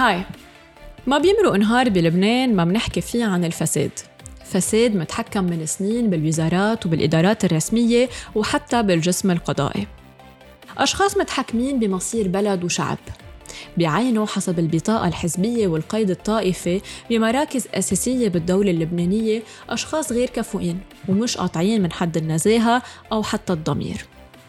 هاي، ما بيمرق نهار بلبنان ما منحكي فيه عن الفساد. فساد متحكم من سنين بالوزارات وبالإدارات الرسمية وحتى بالجسم القضائي. أشخاص متحكمين بمصير بلد وشعب، بيعينوا حسب البطاقة الحزبية والقيد الطائفي بمراكز أساسية بالدولة اللبنانية أشخاص غير كفؤين ومش قاطعين من حد النزاهة أو حتى الضمير.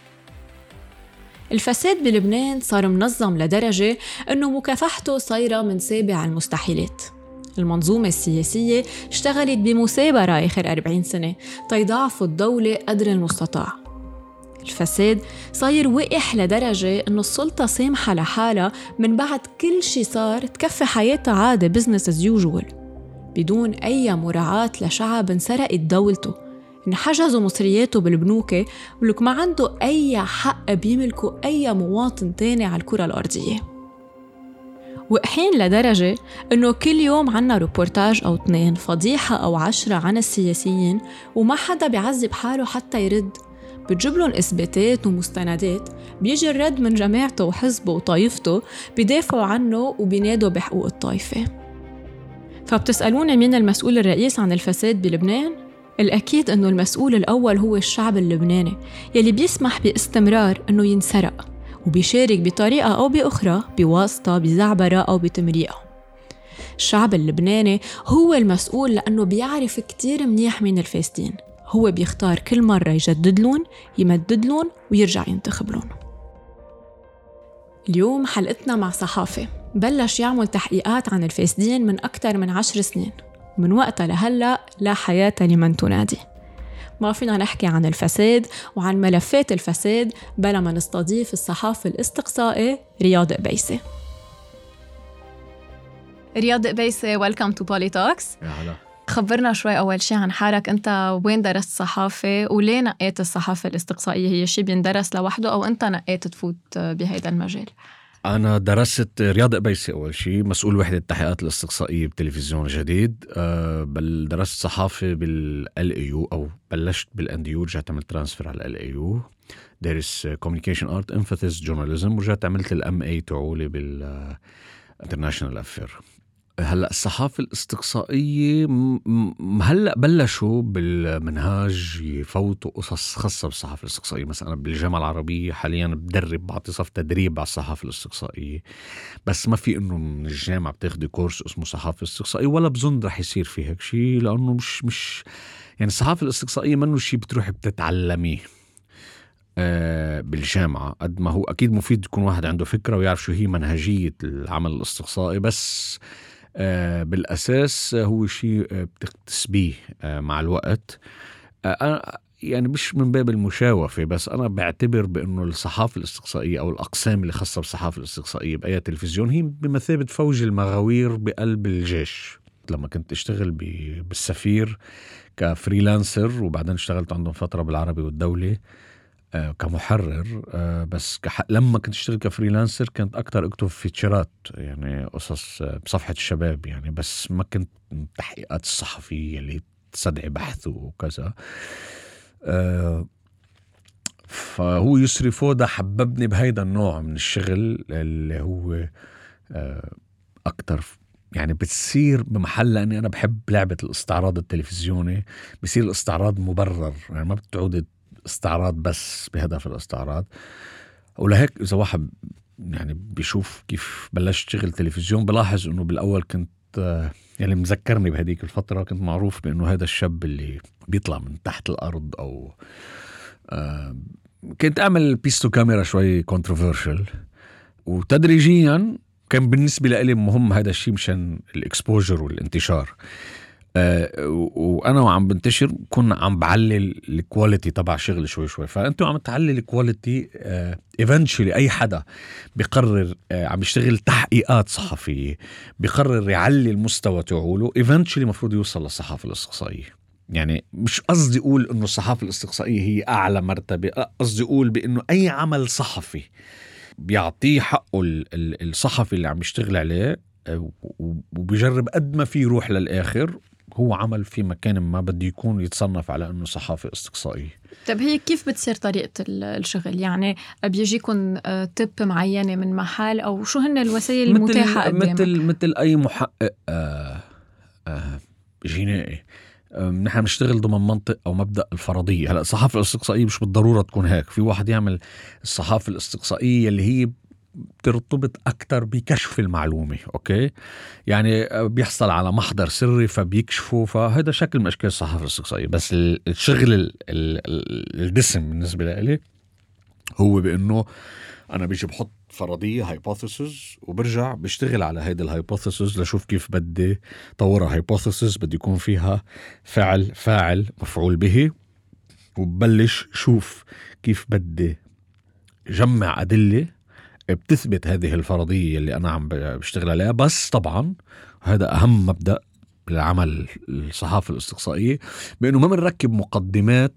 الفساد بلبنان صار منظم لدرجة أنه مكافحته صايرة من سابع المستحيلات. المنظومة السياسية اشتغلت بمثابرة آخر 40 سنة تيضاعفوا الدولة قدر المستطاع. الفساد صاير وقح لدرجة أنه السلطة سامحة لحالها من بعد كل شي صار تكفي حياتها عادة business as usual، بدون أي مراعاة لشعب انسرقت دولته، انحجزوا مصرياته بالبنوك ولك ما عنده أي حق بيملكوا أي مواطن تاني على الكرة الأرضية. وقحين لدرجة أنه كل يوم عنا روبورتاج أو 2 فضيحة أو 10 عن السياسيين وما حدا بيعذب حاله حتى يرد. بتجيب لهم إثباتات ومستندات، بيجي الرد من جماعته وحزبه وطائفته بيدافعوا عنه وبينادوا بحقوق الطائفة. فبتسألوني مين المسؤول الرئيس عن الفساد بلبنان؟ الأكيد أنه المسؤول الأول هو الشعب اللبناني يلي بيسمح باستمرار أنه ينسرق وبيشارك بطريقة أو بأخرى بواسطة بزعبرة أو بتمريقة. الشعب اللبناني هو المسؤول لأنه بيعرف كتير منيح مين الفاسدين، هو بيختار كل مرة يجدد لون، يمدد لون ويرجع ينتخب لون. اليوم حلقتنا مع صحافي بلش يعمل تحقيقات عن الفاسدين من أكثر من 10 سنين، ومن وقتها لهلأ لا حياة لمن تنادي. ما فينا نحكي عن الفساد وعن ملفات الفساد بلا ما نستضيف الصحافي الاستقصائي رياض قبيسي. رياض قبيسي، welcome to Polytalks. يا هلا. خبرنا شوي أول شيء عن حالك، أنت وين درست صحافة وليه نقيت الصحافة الاستقصائية؟ هي شيء بيندرس لوحده أو أنت نقيت تفوت بهذا المجال؟ أنا درست رياض قبيسي أول شيء، مسؤول وحدة التحقيقات الاستقصائية بتلفزيون جديد. درست صحافة بالLAU أو بلشت بالNDU، رجعت عملت ترانسفير على الLAU، دارس Communication Art Emphasis Journalism، ورجعت عملت الMA تعولي بالInternational Affair. هلأ الصحافة الاستقصائية هلأ بلشوا بالمنهاج يفوتوا قصص خاصة بالصحافة الاستقصائية. مثلا أنا بالجامعة العربية حاليا بدرب، بعطي صف تدريب على الصحافة الاستقصائية، بس ما في إنه من الجامعة بتاخدي كورس اسمه صحافة استقصائية، ولا بظن رح يصير في هيك شيء، لأنه مش يعني الصحافة الاستقصائية منه شيء بتروحي بتتعلميه بالجامعة، قد ما هو أكيد مفيد يكون واحد عنده فكرة ويعرف شو هي منهجية العمل الاستقصائي، بس بالأساس هو شيء بتكتسبيه مع الوقت. أنا يعني مش من باب المشاوفة، بس أنا بعتبر بأنه الصحافة الاستقصائية أو الأقسام اللي خاصة بالصحافة الاستقصائية بأي تلفزيون هي بمثابة فوج المغاوير بقلب الجيش. لما كنت اشتغل بالسفير كفريلانسر، وبعدين اشتغلت عندهم فترة بالعربي والدولة كمحرر، بس لما كنت اشتغل كفريلانسر كنت أكتر أكتب فيتشرات، يعني قصص بصفحة الشباب يعني، بس ما كنت تحقيقات الصحفية اللي تستدعي بحث وكذا. فهو يسري فودا حببني بهيدا النوع من الشغل اللي هو أكتر يعني بتصير بمحل، لأني أنا بحب لعبة الاستعراض التلفزيوني، بصير الاستعراض مبرر، يعني ما بتعود استعراض بس بهدف الاستعراض. ولهيك إذا واحد يعني بيشوف كيف بلشت شغل تلفزيون بلاحظ إنه بالأول كنت يعني مذكرني بهديك الفترة كنت معروف بإنه هذا الشاب اللي بيطلع من تحت الأرض، أو كنت أعمل بيستو كاميرا شوي controversial، وتدريجيا كان بالنسبة لي مهم هذا الشيء مشان الإكسبوجر والانتشار. وأنا وعم بنتشر كنا عم بعلل الكواليتي تبع شغل شوي شوي. فأنتوا عم تعلل الكواليتي، eventually أي حدا بيقرر عم يشتغل تحقيقات صحفية بيقرر يعلي المستوى تعوله، eventually مفروض يوصل للصحافة الاستقصائية. يعني مش قصدي أقول إنه الصحافة الاستقصائية هي أعلى مرتبة، قصدي أقول بإنه أي عمل صحفي بيعطيه حقه الصحفي اللي عم يشتغل عليه، وبيجرب قد ما فيه يروح للآخر، هو عمل في مكان ما بده يكون يتصنف على أنه صحافة استقصائية. طب هي كيف بتصير طريقة الشغل؟ يعني بيجيكم تب معينة من محل، أو شو هن الوسائل المتاحة قدامك؟ مثل أي محقق جنائي. نحن بنشتغل ضمن منطق أو مبدأ الفرضية. هلأ الصحافة الاستقصائية مش بالضرورة تكون هيك. في واحد يعمل الصحافة الاستقصائية اللي هي بترتبط أكتر بكشف المعلومة، أوكي؟ يعني بيحصل على محضر سري فبيكشفه، فهذا شكل من أشكال الصحافة الاستقصائية. بس الشغل الدسم بالنسبة لي هو بأنه أنا بيجي بحط فرضية hypothesis وبرجع بشتغل على هيدا الهايبوثيسز لشوف كيف بدي طورها. hypothesis بدي يكون فيها فاعل مفعول به، وببلش شوف كيف بدي جمع أدلة بتثبت هذه الفرضية اللي أنا عم بشتغل عليها. بس طبعا هذا أهم مبدأ بالعمل الصحافة الاستقصائية، بأنه ما بنركب مقدمات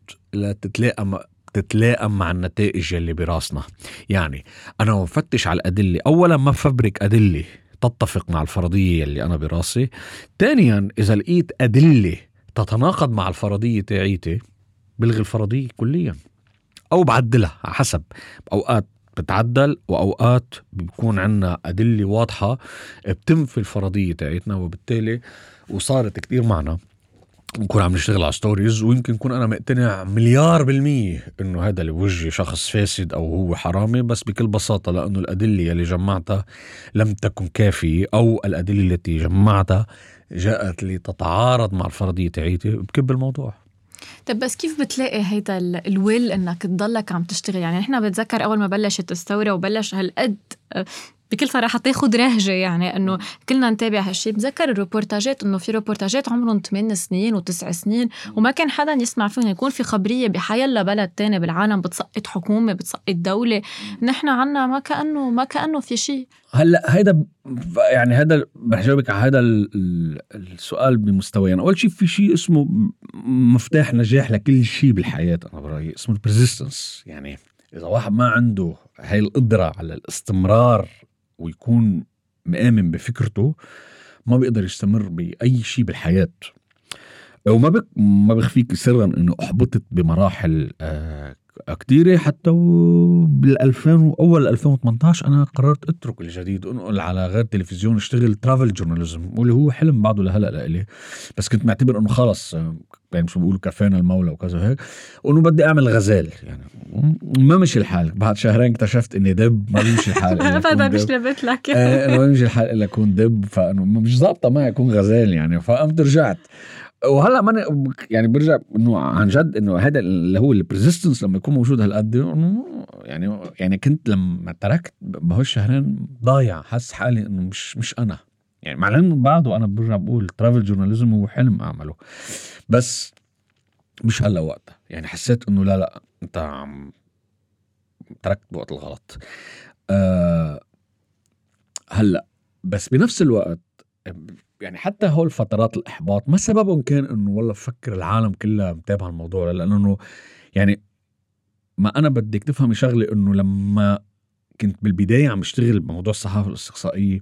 تتلائم مع النتائج اللي براسنا. يعني أنا مفتش على الأدلة، أولا ما بفبرك أدلة تتفق مع الفرضية اللي أنا براسي. ثانيا إذا لقيت أدلة تتناقض مع الفرضية تاعيتي بلغي الفرضية كليا أو بعدلها، حسب. أوقات بتعدل وأوقات بيكون عنا أدلة واضحة بتنفي الفرضية تاعتنا، وبالتالي وصارت كتير معنا نكون عم نشتغل على ستوريز ويمكن يكون أنا مقتنع 100% إنه هذا اللي بوجه شخص فاسد أو هو حرامي، بس بكل بساطة لأنه الأدلة اللي جمعتها لم تكن كافية، أو الأدلة التي جمعتها جاءت لتتعارض مع الفرضية تاعتي، بكب الموضوع. طب بس كيف بتلاقي هيدا الويل انك تضلك عم تشتغل؟ يعني احنا بتذكر اول ما بلشت الثورة وبلش هالقد بكل صراحة تاخد رهجة، يعني انه كلنا نتابع هالشي. بتذكر الروبورتاجات، انه في روبورتاجات عمرهم 8 سنين و9 سنين وما كان حدا يسمع فيهم. يكون في خبرية بحيالله بلد تاني بالعالم بتسقط حكومة، بتسقط دولة، نحن عنا ما كأنه في شيء. هلا هيدا يعني هذا رح جاوبك على هذا السؤال بمستويين. اول شيء في شيء اسمه مفتاح نجاح لكل شيء بالحياه، انا برايي اسمه البرزيستنس. يعني اذا واحد ما عنده هاي القدره على الاستمرار ويكون مآمن بفكرته، ما بيقدر يستمر باي شيء بالحياه. وما بخفيك سرا انه احبطت بمراحل كتيرة. حتى بال2000 وأول 2018 أنا قررت أترك الجديد وأنقل على غير تلفزيون، اشتغل ترافل جورناليزم، واللي هو حلم بعده لهلأ لإلي. بس كنت معتبر أنه خلص، يعني شو بيقولوا كفانا المولى وكذا هيك، وأنه بدي أعمل غزال. يعني ما مشي الحال. بعد شهرين اكتشفت إني دب، ما بيمشي الحال إلا أبدا مش لبت لك أنا ما بيمشي الحال إلا أكون دب، فأنه مش ضابطة معي أكون غزال. يعني فقمت رجعت. وهلا ما يعني برجع عن جد انه هذا اللي هو البريزيستنس لما يكون موجود هالقد، يعني كنت لما تركت بهالشهرين ضايع، حس حالي انه مش انا. يعني مع انه بعده انا برجع بقول ترافل جورناليزم هو حلم اعمله، بس مش هلا وقتها. يعني حسيت انه لا انت عم تركت بوقت الغلط. هلا بس بنفس الوقت يعني حتى هول فترات الإحباط ما سببهم كان إنه والله فكر العالم كلها متابع الموضوع، لأنه يعني ما أنا بدك تفهم شغلة، إنه لما كنت بالبداية عم بشتغل بموضوع الصحافة الاستقصائية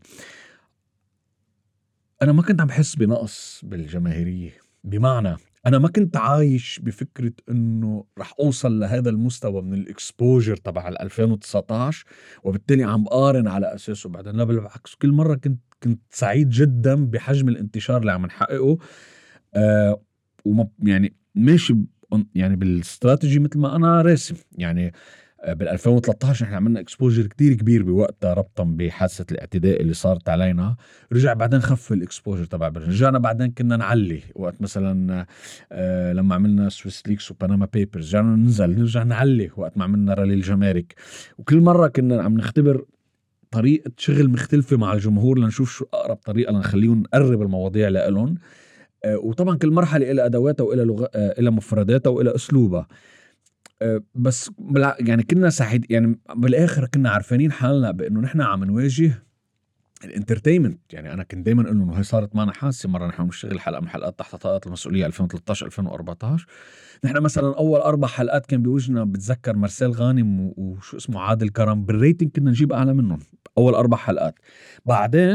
أنا ما كنت عم بحس بنقص بالجماهيرية. بمعنى أنا ما كنت عايش بفكرة إنه رح أوصل لهذا المستوى من الإكسبوجر تبع 2019 وبالتالي عم بقارن على أساسه بعدين. لا بالعكس، كل مرة كنت سعيد جدا بحجم الانتشار اللي عم نحققه. وما يعني ماشي يعني بالاستراتيجي مثل ما أنا راسم. يعني بال2013 نحن عملنا اكسبوجر كتير كبير بوقتها ربطا بحادثة الاعتداء اللي صارت علينا. رجع بعدين خف الاكسبوجر تبع رجعنا بعدين كنا نعلي وقت مثلا لما عملنا سويس ليكس وباناما بيبرز رجعنا نرجع نعلي وقت ما عملنا رالي الجمارك. وكل مرة كنا عم نختبر طريقة شغل مختلفة مع الجمهور لنشوف شو أقرب طريقة لنخليهم نقرب المواضيع لإلهم. وطبعا كل مرحلة إلى أدواتها وإلى إلى مفرداتها وإلى أسلوبها. بس يعني كنا سعيد. يعني بالآخر كنا عارفين حالنا بأنه نحن عم نواجه الانترتينمنت. يعني أنا كنت دايما أقول إنه هاي صارت معنا حاسة. مرة نحن نشتغل حلقة من حلقات تحت طاقات المسؤولية 2013-2014. نحن مثلا أول 4 حلقات كان بوجهنا بتذكر مرسال غانم وشو اسمه عادل كرم بالريتنج كنا نجيب أعلى منهم أول 4 حلقات. بعدين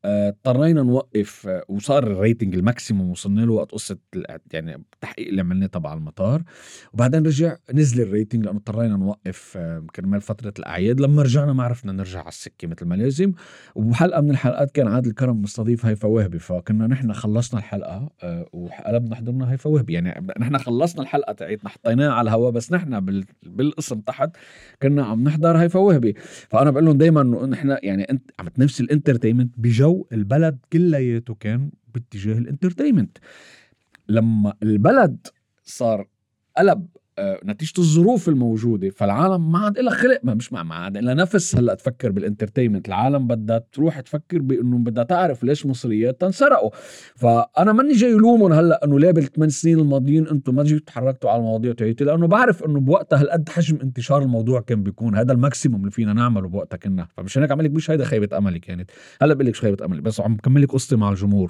اضطرينا نوقف، وصار الريتنج الماكسيموم وصلنا له وقت قصة يعني التحقيق اللي عملناه تبع المطار، وبعدين رجع نزل الريتنج لأنه اضطرينا نوقف كرمال فترة الأعياد. لما رجعنا ما عرفنا نرجع على السكة مثل ما لازم. وبحلقة من الحلقات كان عادل كرم مستضيف هيفا وهبي، فكنا نحن خلصنا الحلقة وقلبنا حضرنا هيفا وهبي. يعني نحن خلصنا الحلقة تاعتنا حطيناها على الهواء، بس نحن بالقسم تحت كنا عم نحضر هيفا وهبي. فأنا بقول لهم دايما إنه نحن يعني أنت عم تنافس الانترتينمنت بجو البلد كلياته كان باتجاه الانترتينمنت. لما البلد صار قلب نتيجة الظروف الموجودة، فالعالم ما عاد إلا خلق، ما عاد إلا نفس هلأ تفكر بالانترتينمنت. العالم بدها تروح تفكر بأنه بدها تعرف ليش مصريات تنسرقوا. فأنا ماني جاي لومن هلأ أنه ليه بال8 سنين الماضيين أنتم ما جيتوا تحركتوا على المواضيع تاعتي، لأنه بعرف أنه بوقتها هالقد حجم انتشار الموضوع كان بيكون هذا الماكسيموم اللي فينا نعمله بوقتها كنا. فمش هيك عملك مش هيدا خيبة أملي كانت، هلأ بقلك مش خيبة أملي، بس عم بكملك قصتي مع الجمهور.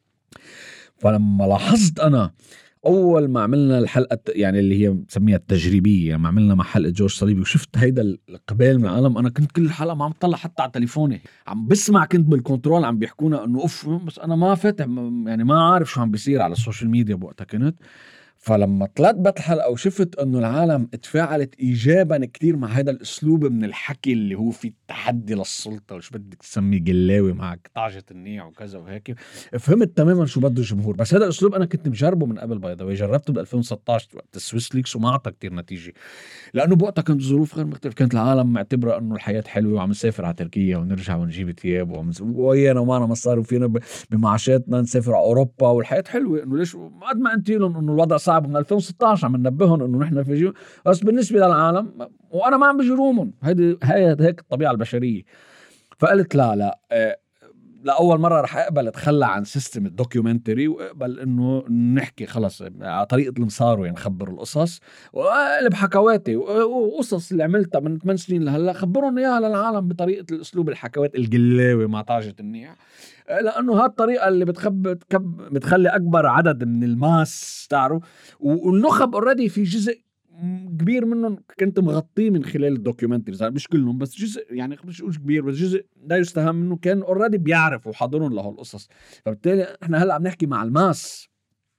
فلما لاحظت أنا أول ما عملنا الحلقة يعني اللي هي بسميها التجريبية، ما عملنا مع حلقة جورج صليبي وشفت هيدا القبال من العالم، أنا كنت كل الحلقة ما عم طلع حتى على تليفوني، عم بسمع كنت بالكنترول عم بيحكونا أنه أوف، بس أنا ما فاتح يعني ما عارف شو عم بيصير على السوشيال ميديا بوقتها كنت. فلما طلعت بالحلقة وشفت أنه العالم اتفاعلت إيجابا كتير مع هذا الأسلوب من الحكي اللي هو في التحدي للسلطة وش بدك تسميه قلاوي مع قطعجة النيع وكذا وهيك، فهمت تماما شو بده الجمهور. بس هذا الأسلوب أنا كنت مجربه من قبل بايضا، جربته ب2016 وقت السويس ليكس وما عطى كتير نتيجة، لأنه بوقتها كانت ظروف غير مختلفة. كانت العالم معتبرة أنه الحياة حلوة وعم نسافر على تركيا ونرجع ونجيب ثياب ويانا ومعنا مصاري وفينا بمعاشاتنا نسافر على أوروبا والحياة حلوة. إنه ليش قد ما أنت لهم إنه الوضع صعب من 2016 عم ننبههم إنه نحن في جيو، بس بالنسبة للعالم وأنا ما عم بجرومهم، هيك الطبيعة البشرية. فقلت لا لأول مرة رح أقبل أتخلى عن سيستم الدوكيومنتري وأقبل إنه نحكي خلص على طريقة المسار وين نخبر القصص وأقلب حكواتي وقصص اللي عملتها من 8 سنين لهلا خبرهم إياها للعالم بطريقة الأسلوب الحكوات القلاوي مع طاجة النيع، لأنه هاي الطريقة اللي بتخلي أكبر عدد من الماس تعرف. والنخب already في جزء كبير منهم كنت مغطيه من خلال الدوكيومنتريز، مش كلهم بس جزء، يعني مش كبير بس جزء لا يستهان منه كان اوريدي بيعرفوا وحاضرون له القصص. فبالتالي احنا هلا عم نحكي مع الماس.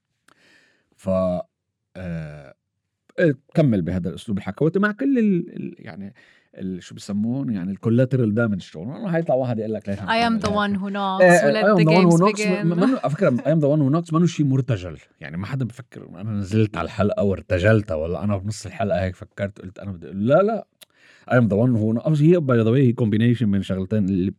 ف كمل بهذا الاسلوب الحكواتي مع كل يعني شو بيسمون يعني الكولاترال دامج شلون انه هيطلع واحد يقول لك ليش I am the one who knocks let the games begin. منو على فكره I am the one who knocks منو شيء مرتجل، يعني ما حدا بفكر انا نزلت على الحلقه وارتجلتها ولا انا بنص الحلقه هيك فكرت قلت انا بدي لا I am the one who knocks. هي باي ذا واي هي كومبينيشن من شغلتين اللي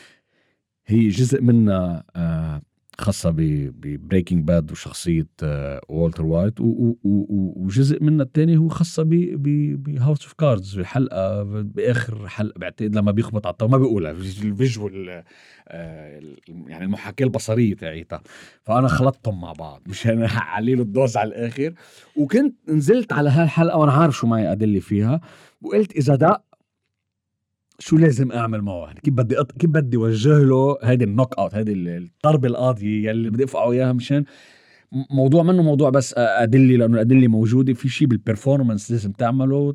هي جزء منها خاصة ببريكنج باد وشخصية والتر وايت، وجزء منها الثاني هو خاصة بهاوس اوف كاردز. في الحلقة بآخر حلقة بعتقد لما بيخبط على الطاولة ما بيقولها الفيجوال يعني المحاكاة البصرية تاعيتها، فأنا خلطتهم مع بعض مشان أعليله الدوز على الآخر. وكنت نزلت على هالحلقة وأنا عارف شو معي أدلة فيها، وقلت إذا ده شو لازم اعمل معه، كيف بدي وجه له هذه النوك اوت، هذه الضربه القاضيه يلي بدي افقعه اياها، مشان موضوع منه موضوع بس ادله، لانه الادله موجوده في شيء بالبرفورمانس لازم تعمله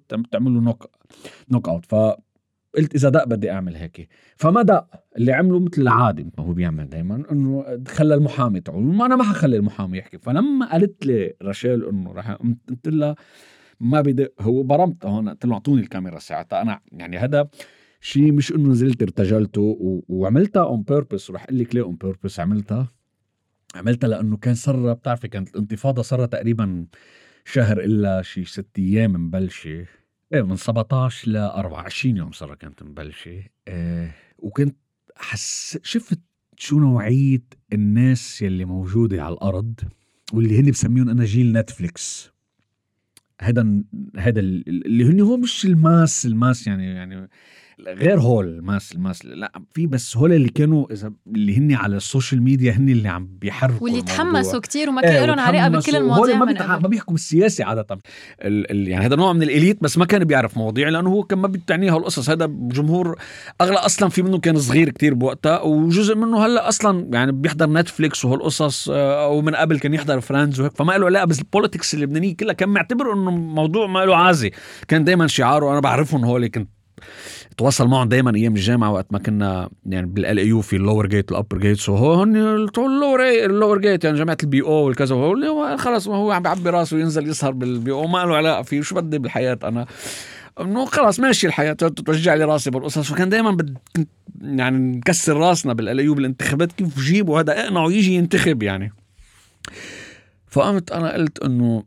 نوك اوت. فقلت اذا ده بدي اعمل هيك، فما ده اللي عمله مثل العادي ما هو بيعمل دائما، انه خلى المحامي تعول، ما انا ما حخلي المحامي يحكي. فلما قالت لي رشال انه راح قلت لها ما بدي، هو برمت هون قلت له اعطوني الكاميرا ساعتها. انا يعني هذا شيء مش انه نزلت ارتجلته وعملتها اون بيربس، وراح اقول لك ليه اون بيربس عملتها لانه كان صار بتعرفي كانت الانتفاضه صار تقريبا شهر الا شيء 6 ايام مبلشه، من 17 ل 24 يوم صار كانت مبلشه. وكنت شفت شو نوعيه الناس يلي موجوده على الارض واللي هن بسميهم انا جيل نتفليكس. هذا اللي هن هو مش الماس يعني غير هول الماس لا في، بس هول اللي كانوا اذا اللي هن على السوشيال ميديا هن اللي عم بيحركوا واللي تحمسوا كتير وما كان لهم علاقه بكل المواضيع. ما بيحكوا بالسياسه عاده، يعني هذا نوع من الاليت بس ما كان بيعرف مواضيع، لانه هو كان ما بتعنيه هالقصص. هذا جمهور اغلى اصلا في منه كان صغير كتير بوقتها، وجزء منه هلا اصلا يعني بيحضر نتفليكس وهالقصص، او من قبل كان يحضر فريندز وهيك، فما له علاقه بالبوليتكس اللبنانيه كلها. كان معتبر انه موضوع ما له عازي، كان دايما شعاره انا بعرفهم هول. كنت تواصل معهم دايما ايام الجامعه وقت ما كنا يعني بالLAU في اللور جيت الابر جيت، سو هون اللور جيت يعني جامعه الBO والكذا، هو خلص ما هو عم بيعبي راسه وينزل يسهر بالBO ما له علاقه فيه، شو بدي بالحياه انا انه خلاص ماشي الحياه توجع لي راسي بالقصص. فكان دائما يعني نكسر راسنا بالLAU بالانتخابات كيف جيبوا هذا اقنعه يجي ينتخب يعني. فقمت انا قلت انه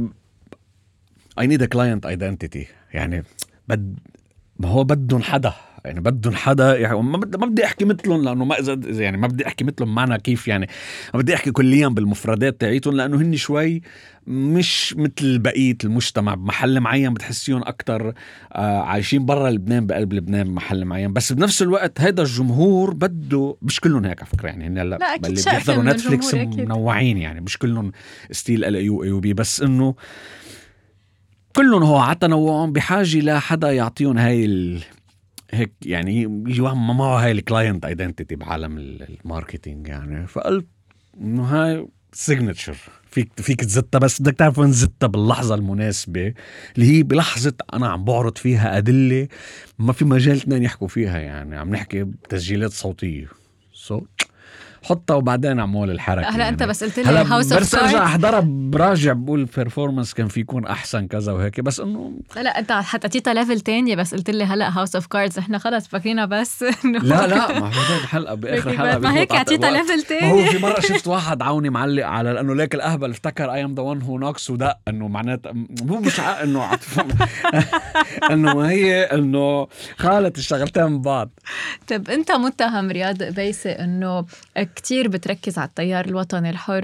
I need a client identity، يعني ما هو بدهم حدا، يعني بدهم حدا يعني ما بدي احكي مثلهم لانه ما اذا يعني ما بدي احكي مثلهم معنا كيف يعني، ما بدي احكي كليا بالمفردات تاعيتهم لانه هن شوي مش مثل بقيه المجتمع بمحل معين، بتحسيهم اكتر عايشين برا لبنان بقلب لبنان بمحل معين. بس بنفس الوقت هيدا الجمهور بده، مش كلهم هيك على فكره يعني، هن هلا اللي بيحضروا نتفليكس منوعين يعني، مش كلهم ستيل LAU AUB، بس انه كلهم هو على تنوعهم بحاجه لحدا يعطيهم هاي هيك يعني يجي واحد ما معه هاي الكلاينت ايدنتيتي بعالم الماركتينج يعني. فقلت انه هاي سيجنتشر فيك تزتها، بس بدك تعرف وين زتها باللحظه المناسبه اللي هي بلحظه انا عم بعرض فيها ادله ما في مجال اثنين يحكوا فيها، يعني عم نحكي بتسجيلات صوتيه حطها وبعدين عمول الحركه. هلا يعني. انت بس قلت لي هاوس اوف كاردز، بس ارجع احضرها براجع بقول البرفورمانس كان في يكون احسن كذا وهيك، بس انه لا انت حطيتها ليفل تانية، بس قلت لي هلا هاوس اوف كاردز احنا خلص فاكرينها بس لا ما هو الحلقه باخر حلقه ما هيك اعطيتها ليفل تاني. هو في مره شفت واحد عوني معلق على لانه ليك الاهبل افتكر اي ام ذا وان هو نوكس ودق، انه معناته مو مش انه انه هي انه خالت الشغلتين من بعض. طب انت متهم رياض قبيسي انه كتير بتركز على التيار الوطني الحر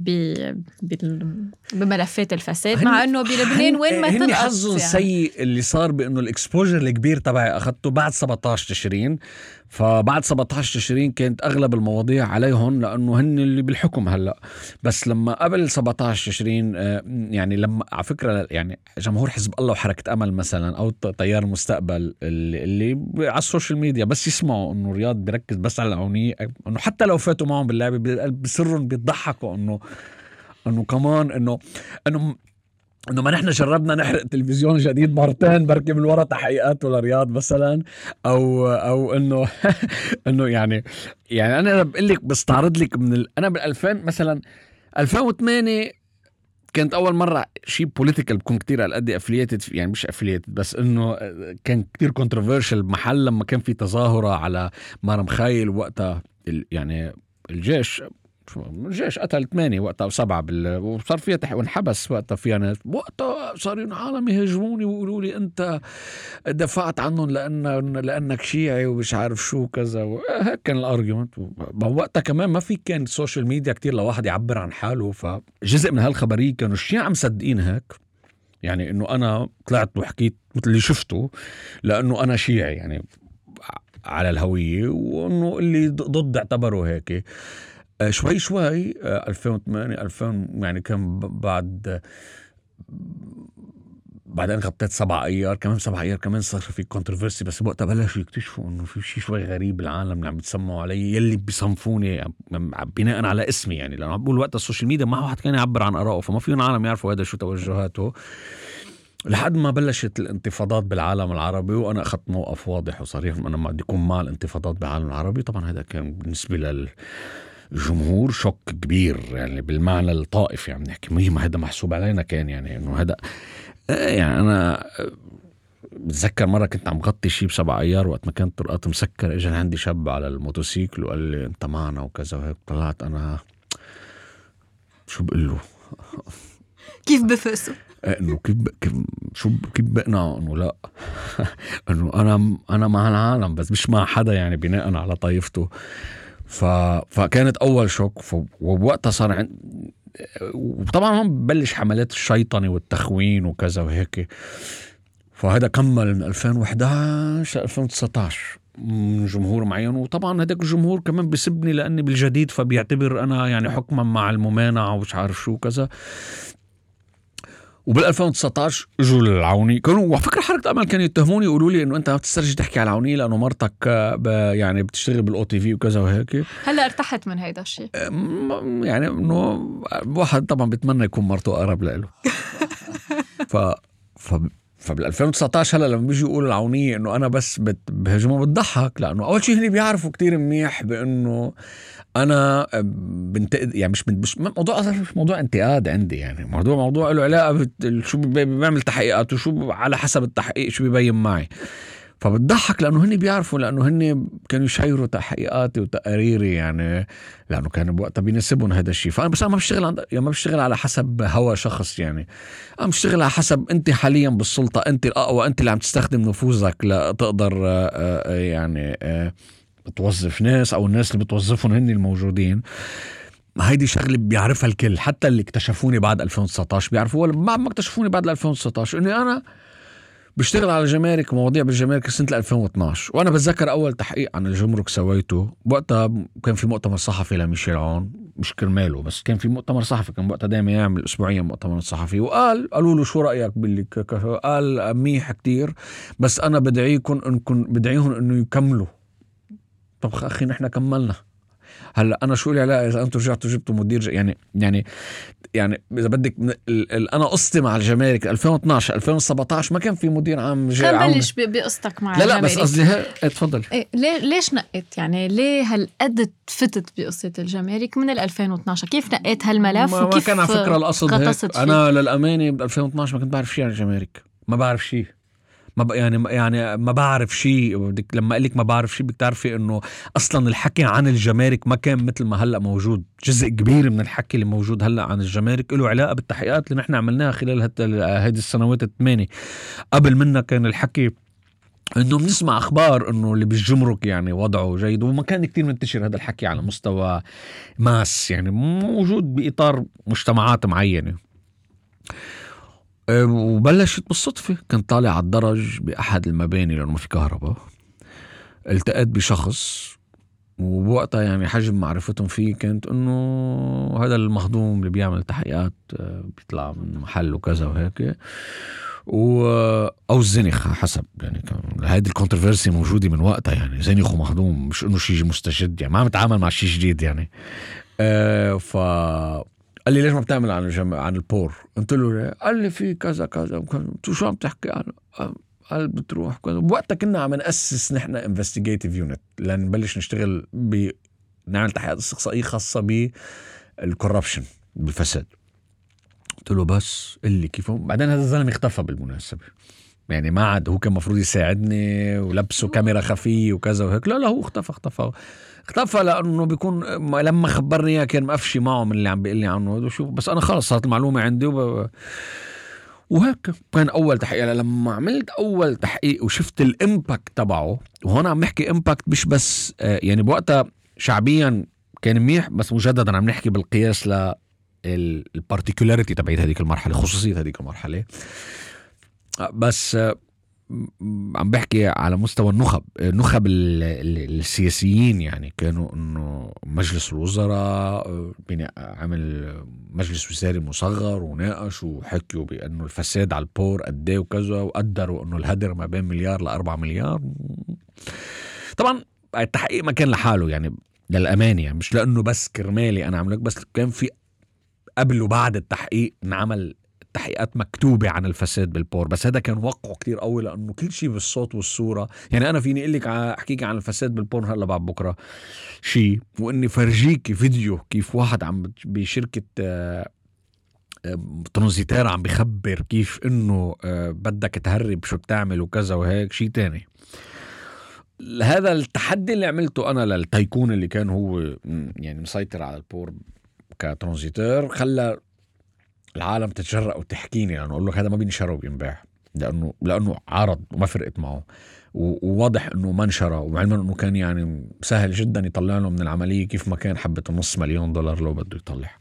بملفات الفساد، مع انه بلبنان وين ما تنقص حظه السيء يعني. اللي صار بانه الاكسبوجر الكبير تبعي اخذته بعد 17 تشرين، فبعد 17 تشرين كانت اغلب المواضيع عليهم لانه هن اللي بالحكم هلا. بس لما قبل 17 تشرين يعني لما على فكره يعني جمهور حزب الله وحركه امل مثلا او تيار المستقبل اللي على السوشيال ميديا بس يسمعوا انه رياض بيركز بس على العونيه، انه حتى لو فاتوا معهم باللعبه بسرهم بيضحكوا انه كمان انه ما نحن جربنا نحرق تلفزيون جديد مرتين بركي من ورا تحقيقاته لرياض مثلا، او انه انه يعني انا بقول لك بستعرض لك من انا بال2000 مثلا 2008 كانت اول مره شيء بوليتيكال بكون كتير على قد افلييتد، يعني مش افلييتد بس انه كان كتير كونتروفيرشل بمحل لما كان في تظاهره على مرم خايل وقتها يعني الجيش قتل 8 وقتها أو 7 وصار فيها وانحبس وقتها فيها ناس، وقتها صار العالم يهاجموني ويقولوا لي أنت دفعت عنهم لأنك شيعي ومش عارف شو كذا، وهيك كان الارجيومنت. وقتها كمان ما في كان السوشيال ميديا كتير لواحد يعبر عن حاله، فجزء من هالخبرية كانوا الشيعة مصدقين هيك، يعني إنه أنا طلعت وحكيت مثل اللي شفته لأنه أنا شيعي يعني على الهوية، وإنه اللي ضد اعتبروا هيك. شوي 2008 2000 يعني كان بعدين غطيت 7 أيار كمان. 7 أيار كمان صار في كونتروفيرسي، بس وقتها بلشوا يكتشفوا انه في شيء شوي غريب العالم اللي عم بيتسمعوا علي يلي بيصنفوني بناء على اسمي، يعني لانه عم بقول وقتها السوشيال ميديا ما واحد كان يعبر عن آرائه، فما فيهم عالم يعرفوا هذا شو توجهاته، لحد ما بلشت الانتفاضات بالعالم العربي. وانا اخذت موقف واضح وصريح، انا ما بدي اكون مع الانتفاضات بالعالم العربي. طبعا هذا كان بالنسبه الجمهور شوك كبير يعني بالمعنى الطائفي، يعني نحكي ما هذا محسوب علينا كان، يعني انه هذا يعني انا بتذكر مره كنت عم غطي شيء ب7 أيار وقت ما كانت طرقات مسكر، اجى عندي شاب على الموتوسيكل وقال لي انت معنا وكذا وهيك. طلعت انا شو بقول له كيف بفقسه انه كيف بقنعه انه لا انه انا مع العالم بس مش مع حدا، يعني بناء على طائفته. فكانت اول شوك. ووقتها صار وطبعا هم ببلش حملات الشيطنة والتخوين وكذا وهيك. فهذا كمل من 2011 2019 من جمهور معين، وطبعا هذاك الجمهور كمان بيسبني لاني بالجديد، فبيعتبر انا يعني حكما مع الممانعة ومش عارف شو كذا. وبال2019 اجوا للعوني، كانوا وعلى فكره حركه امل كانوا يتهموني يقولوا لي انه انت ما بتسترجي تحكي على العوني لانه مرتك يعني بتشتغل بالOTV وكذا وهيك. هلا ارتحت من هيدا الشيء؟ يعني انه واحد طبعا بيتمنى يكون مرته اقرب له. فبال 2019 هلا لما بيجي يقول العونية انه انا بس بهجمه بتضحك، لانه اول شيء هني بيعرفوا كتير منيح بانه انا بنتقد، يعني مش موضوع اصلا، مش موضوع انتقاد عندي، يعني موضوع له علاقه شو بيعمل تحقيقات وشو على حسب التحقيق شو بيبين معي. فبتضحك لانه هني بيعرفوا، لانه هني كانوا يشيروا تحقيقاتي وتقاريري، يعني لانه كانوا بوقتها بيناسبهم هذا الشيء. فانا بس انا ما بشتغل يعني ما بشتغل على حسب هوى شخص، يعني انا بشتغل على حسب انت حاليا بالسلطه، انت الاقوى، انت اللي عم تستخدم نفوذك لتقدر يعني بتوظف ناس، او الناس اللي بتوظفهم هن الموجودين. هيدي شغله بيعرفها الكل، حتى اللي اكتشفوني بعد 2019 بيعرفوا، ولا ما اكتشفوني بعد 2019 اني انا بشتغل على جمارك، مواضيع بالجمارك سنة 2012. وانا بتذكر اول تحقيق عن الجمرك سويته وقتها، كان في مؤتمر صحفي لميشيل عون، مش كرماله بس كان في مؤتمر صحفي، كان وقتها دائما يعمل اسبوعيا مؤتمر صحفي، قالوا له شو رايك باللي قال منيح كتير، بس انا بدعيهم انه يكملوا. طب اخي نحن كملنا، هلا انا شو لي علاقه اذا انتم رجعتوا جبتوا مدير يعني اذا بدك انا قصتي مع الجمارك 2012 2017 ما كان في مدير عام كان بلش بقصتك مع الجمارك. لا بس قصدي تفضل. ليش نقيت، يعني ليه هالقد فتت بقصة الجمارك من 2012؟ كيف نقيت هالملف وكيف ما كان على فكرة القصد هيك. انا للأمانة ب 2012 ما كنت بعرف شيء عن الجمارك، ما بعرف شيء، يعني ما بعرف شيء. لما قلك ما بعرف شيء بدك تعرفي انه اصلا الحكي عن الجمارك ما كان مثل ما هلا موجود. جزء كبير من الحكي اللي موجود هلا عن الجمارك له علاقه بالتحقيقات اللي نحن عملناها خلال هذه السنوات الثمانية. قبل منا كان الحكي انه بنسمع اخبار انه اللي بالجمرك يعني وضعه جيد، وما كان كتير منتشر هذا الحكي على مستوى ماس، يعني موجود باطار مجتمعات معينه. وبلشت بالصدفة، كنت طالع على الدرج بأحد المباني لأنه ما في كهرباء، التقيت بشخص، وبوقتها يعني حجم معرفتهم فيه كانت إنه هذا المخدوم اللي بيعمل تحقيقات بيطلع من محل وكذا وهيك، أو الزنخ حسب، يعني هذه الكونتروفيرسي موجودة من وقتها، يعني زنخ ومخدوم مش إنه شيء مستجد، يعني ما متعامل مع شيء جديد يعني. قال لي ليش ما بتعمل عن البور؟ قلت له قال لي في كذا كذا. قلت شو عم تحكي عنه؟ قال بتروح كذا. وقتها كنا عم نأسس نحن انفستيجيتيف يونت لنبلش نشتغل نعمل تحقيقات استقصائية خاصة بالكوربشن، بالفساد. قلت له بس اللي كيف. بعدين هذا الزلمة اختفى بالمناسبة، يعني ما عاد، هو كان مفروض يساعدني ولبسه كاميرا خفية وكذا وهيك، لا هو اختفى لأنه بيكون لما خبرني إياه كان مقفشي معه من اللي عم بيقول لي عنه هذا. شو بس أنا خلص صارت المعلومة عندي وهيك كان أول تحقيق. لما عملت أول تحقيق وشفت الإمباكت تبعه، وهنا عم نحكي إمباكت مش بس يعني بوقتها شعبيا كان منيح، بس مجددا عم نحكي بالقياس للبارتيكولاريتي تبعت هذيك المرحلة، خصوصية هذيك المرحلة. بس عم بحكي على مستوى النخب السياسيين، يعني كانوا انه مجلس الوزراء عمل مجلس وزاري مصغر وناقش وحكيوا بانه الفساد على البور قد ايه وكذا، وقدروا انه الهدر ما بين مليار ل4 مليار. طبعا التحقيق ما كان لحاله، يعني للأمانة، يعني مش لانه بس كرمالي انا عملك، بس كان في قبل وبعد التحقيق نعمل تحقيقات مكتوبة عن الفساد بالبور. بس هذا كان وقعه كتير قوي لأنه كل شيء بالصوت والصورة. يعني أنا فيني أقول لك أحكيك عن الفساد بالبور هلا بعد بكرة شيء، وإني فرجيك فيديو كيف واحد عم بشركة ترانزيتير عم بخبر كيف إنه بدك تهرب شو بتعمل وكذا وهيك شيء تاني. هذا التحدي اللي عملته أنا للتايكون اللي كان هو يعني مسيطر على البور كترانزيتير، خلى العالم تتجرأ وتحكيني، لأنه أقول لك هذا ما بينشره وبينباع، لأنه عرض وما فرقت معه، وواضح أنه ما انشره، وعلما أنه كان يعني سهل جدا يطلع له من العملية كيف ما كان حبة $500,000 لو بده يطلع.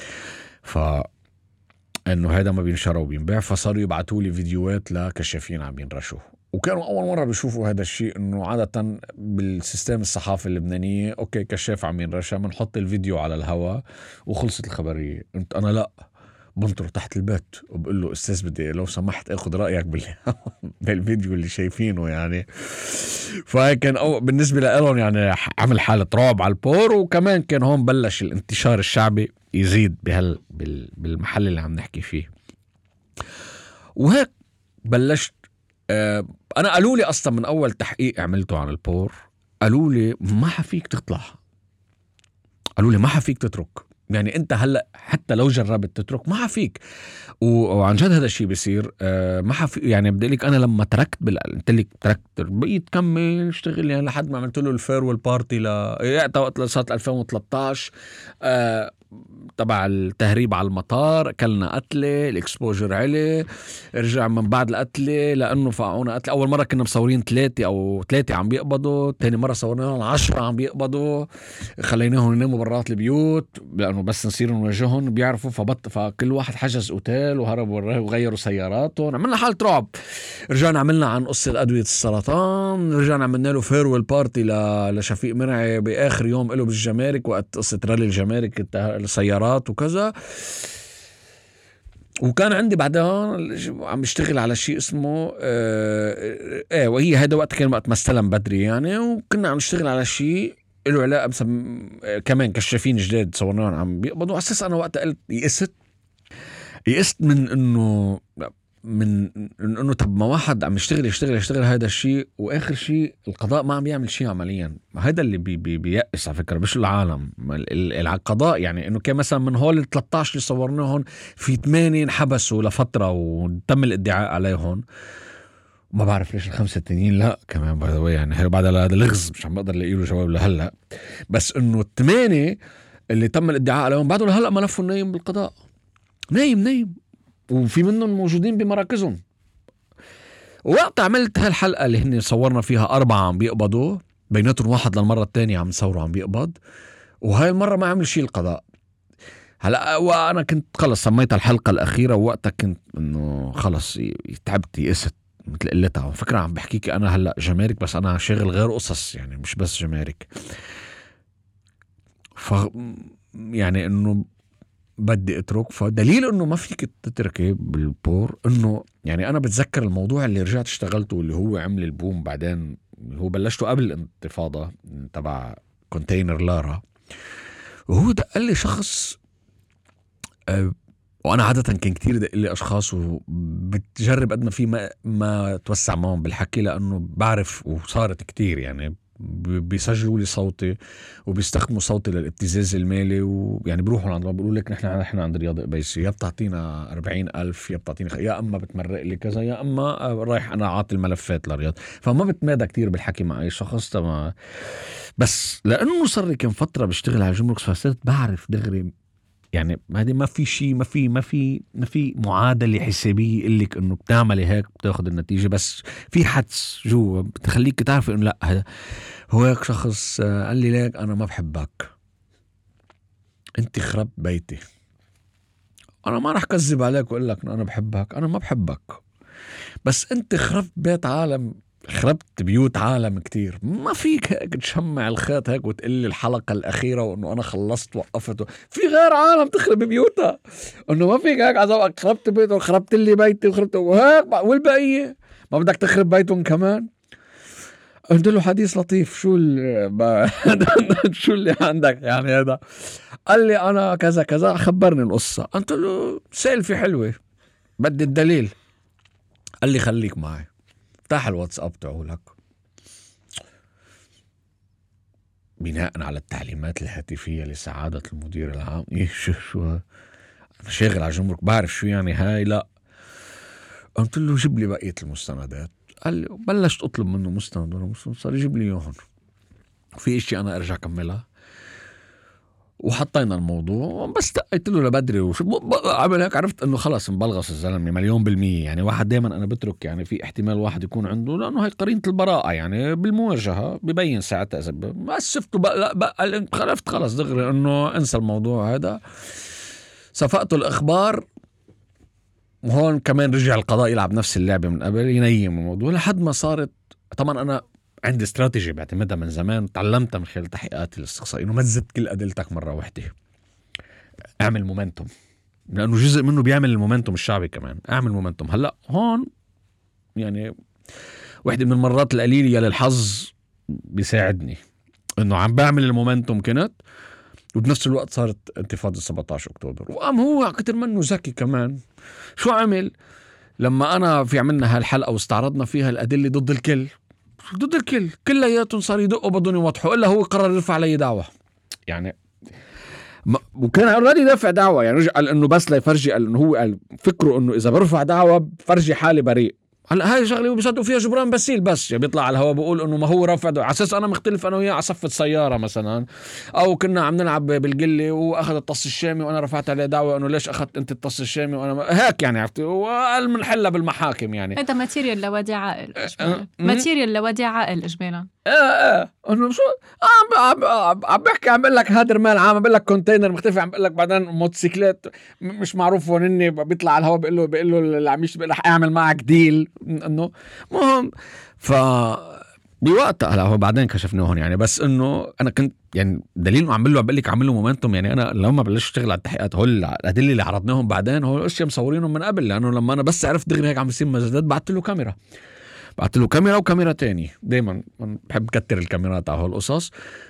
فإنه هذا ما بينشره وبينباع، فصاروا يبعتوا لي فيديوهات لكشافين عم ينرشوا، وكانوا أول مرة بيشوفوا هذا الشيء. إنه عادة بالسيستم الصحافي اللبنانية أوكي كشاف عم ينرشى بنحط الفيديو على الهواء وخلصت الخبرية. أنا لا، بنطر تحت البيت وبقول له أستاذ بدي لو سمحت أخذ رأيك بالفيديو اللي شايفينه يعني. فكان بالنسبة لهم يعني عمل حالة رعب على البور، وكمان كان هون بلش الانتشار الشعبي يزيد بالمحل اللي عم نحكي فيه. وهيك بلشت انا قالوا لي اصلا من اول تحقيق عملته عن البور، قالوا لي ما حفيك تطلع، قالوا لي ما حفيك تترك، يعني انت هلا حتى لو جربت تترك ما حفيك. وعن جد هذا الشيء بيصير. ما حفي يعني بدي لك انا لما تركت قلت لك تركت بقيت كمل اشتغل يعني لحد ما عملت له الفيرويل بارتي وقت صارت 2013 تبع التهريب على المطار. كلنا قتلة، الاكسبوجر عليه، رجع من بعد القتلة لأنه فقعونا قتلة. أول مرة كنا مصورين 3 عم بيقبضوا، تاني مرة صورناهم 10 عم بيقبضوا، خليناهم يناموا برات البيوت لأنه بس نصير نواجههم بيعرفوا. فكل واحد حجز أوتيل وهربوا وغيروا سياراتهم. عملنا حالة رعب. رجعنا عملنا عن قصة أدوية السرطان، رجعنا عملنا له فيرويل بارتي لشفيق مرعي بآخر يوم له بالجمارك وقت قصة رالي الجمارك السيارات وكذا. وكان عندي بعدها عم بشتغل على شيء اسمه وهي هذا وقت كان وقت ما استلم بدري يعني، وكنا عم نشتغل على شيء له علاقة كمان كشافين جداد صورناهم عم بيقبضوا. أساس أنا وقت قلت يئست من انه طب ما واحد عم يشتغل هذا الشيء واخر شيء القضاء ما عم يعمل شيء عمليا. هذا اللي بييأس على فكره، مش العالم القضاء. يعني انه كان مثلا من هول 13 اللي صورناهم في 8 انحبسوا لفتره وتم الادعاء عليهم. ما بعرف ليش ال5 التانيين لا كمان يعني هي بعد هذا لغز مش عم بقدر لاقي له جواب لهلا. بس انه 8 اللي تم الادعاء عليهم بعده لهلا ما لفوا النايم بالقضاء، نايم وفي منهم موجودين بمراكزهم. ووقت عملت هالحلقة اللي هن صورنا فيها 4 عم بيقبضوا، بيناتهم واحد للمرة الثانية عم نصوره عم بيقبض، وهاي المرة ما عمل شيء القضاء. هلا وأنا كنت خلص سميت الحلقة الأخيرة، ووقتها كنت إنه خلص تعبت يئست مثل قلتها. فكرة عم بحكيك أنا هلا جمارك، بس أنا شاغل غير قصص يعني مش بس جمارك. يعني إنه بدي اترك. فدليل انه ما فيك تتركي بالبور انه يعني انا بتذكر الموضوع اللي رجعت اشتغلته اللي هو عمل البوم بعدين، هو بلشته قبل الانتفاضة تبع كونتينر لارا. وهو دق لي شخص وانا عادة كان كتير دق لي اشخاص وبتجرب قد ما في ما توسع معهم بالحكي، لانه بعرف وصارت كتير يعني بيسجلوا لي صوتي وبيستخدموا صوتي للابتزاز المالي. ويعني بروحوا عند بيقولوا لك نحن عند رياض قبيسي يا بتعطينا 40,000 يا بتعطينا يا اما بتمرق لي كذا يا اما رايح انا عاطي الملفات لرياض. فما بتمادى كتير بالحكي مع اي شخص تمام. بس لانه صار لي كم فتره بشتغل على جمرك فصرت بعرف دغري يعني هذه ما في شيء ما في معادله حسابيه يقول لك انه بتعملي هيك بتاخذ النتيجه، بس في حدس جوا بتخليك تعرف انه لا هذا هو هيك شخص قال لي ليك انا ما بحبك، انت خربت بيتي. انا ما رح كذب عليك واقول لك انا بحبك، انا ما بحبك، بس انت خربت بيت عالم، خربت بيوت عالم كتير. ما فيك هيك تشمع الخيط هيك وتقلي الحلقة الأخيرة وإنه أنا خلصت وقفت في غير عالم تخرب بيوتها. إنه ما فيك هيك عزوك خربت بيته وخربت لي بيتي وخربت وهيك والبقية ما بدك تخرب بيتهم كمان. قلت له حديث لطيف شو شو اللي عندك يعني هذا؟ قال لي أنا كذا كذا، خبرني القصة. قلت له سيلفي حلوة بدي الدليل. قال لي خليك معي، افتح الواتساب تاعولك بناء على التعليمات الهاتفية لسعادة المدير العام. ايه شو أنا شاغل على جمرك بعرف شو يعني هاي لا. قلت له جيب لي بقية المستندات. قال لي بلشت اطلب منه مستند صار يجيب لي اياهم. في اشي انا ارجع كملها وحطينا الموضوع. بس دقيت له لبدري وشو عمل هيك عرفت انه خلص مبلغص الزلمه 100%. يعني واحد دايما انا بترك يعني في احتمال واحد يكون عنده لانه هي قرينه البراءه يعني بالمواجهه ببين ساعتها اذا ما شفته بقى خلفت خلص دغري انه انسى الموضوع هذا. صفقته الاخبار وهون كمان رجع القضاء يلعب نفس اللعبه من قبل ينيم الموضوع لحد ما صارت. طبعا انا عندي استراتيجي بعتمدها من زمان تعلمتها من خلال تحقيقاتي الاستقصائية انه ما تزت كل ادلتك مره واحده، اعمل مومنتوم لانه جزء منه بيعمل المومنتوم الشعبي كمان. اعمل مومنتوم. هلا هون يعني واحدة من المرات القليله يلي الحظ بيساعدني انه عم بعمل المومنتوم كنت وبنفس الوقت صارت انتفاضة 17 أكتوبر. وقام هو كتر منه ذكي كمان شو عمل لما أنا في عملنا هالحلقة واستعرضنا فيها الأدلة ضد الكل كلياتهم صار يدقوا بدون يوضحوا، إلا هو قرر يرفع علي دعوة يعني. وكان اوريدي دافع دعوة يعني، رجع قال انه بس ليفرجي، قال انه هو قال فكره انه اذا برفع دعوة بفرجي حالي بريء. هلا هاي شغله بيصدقوا فيها جبران باسيل، بس يعني بيطلع على الهواء بيقول انه ما هو رافع دعوة على اساس انا مختلف انا وياه على صفة سيارة مثلا، او كنا عم نلعب بالقلة واخذ الطص الشامي وانا رفعت عليه دعوة انه ليش اخذت انت الطص الشامي وانا هيك يعني، عرفت؟ وقال منحلها بالمحاكم يعني. هذا ماتيريال لوديع عائل ماتيريال لوديع عائل اجمالا. انه شو عم بحكي، عم بقول لك هادر مال عام، عم بقول لك كونتينر مختلف، عم بقول لك بعدين موتوسيكلات مش معروف وين اني بيطلع على الهواء بقول له اللي عم يشتغل رح اعمل معك ديل انه مهم. ف بوقتها هلا هو بعدين كشفناهم يعني، بس انه انا كنت يعني دليل انه عم بقول لك عمل له مومنتوم يعني. انا لما بلشت اشتغل على التحقيقات هول الادله اللي عرضناهم بعدين هو الاشياء مصورينهم من قبل، لانه لما انا بس عرفت دغري هيك عم بيصير مزادات بعت له كاميرا وكاميرا تاني. دايما بحب كتر الكاميرات على هالقصص.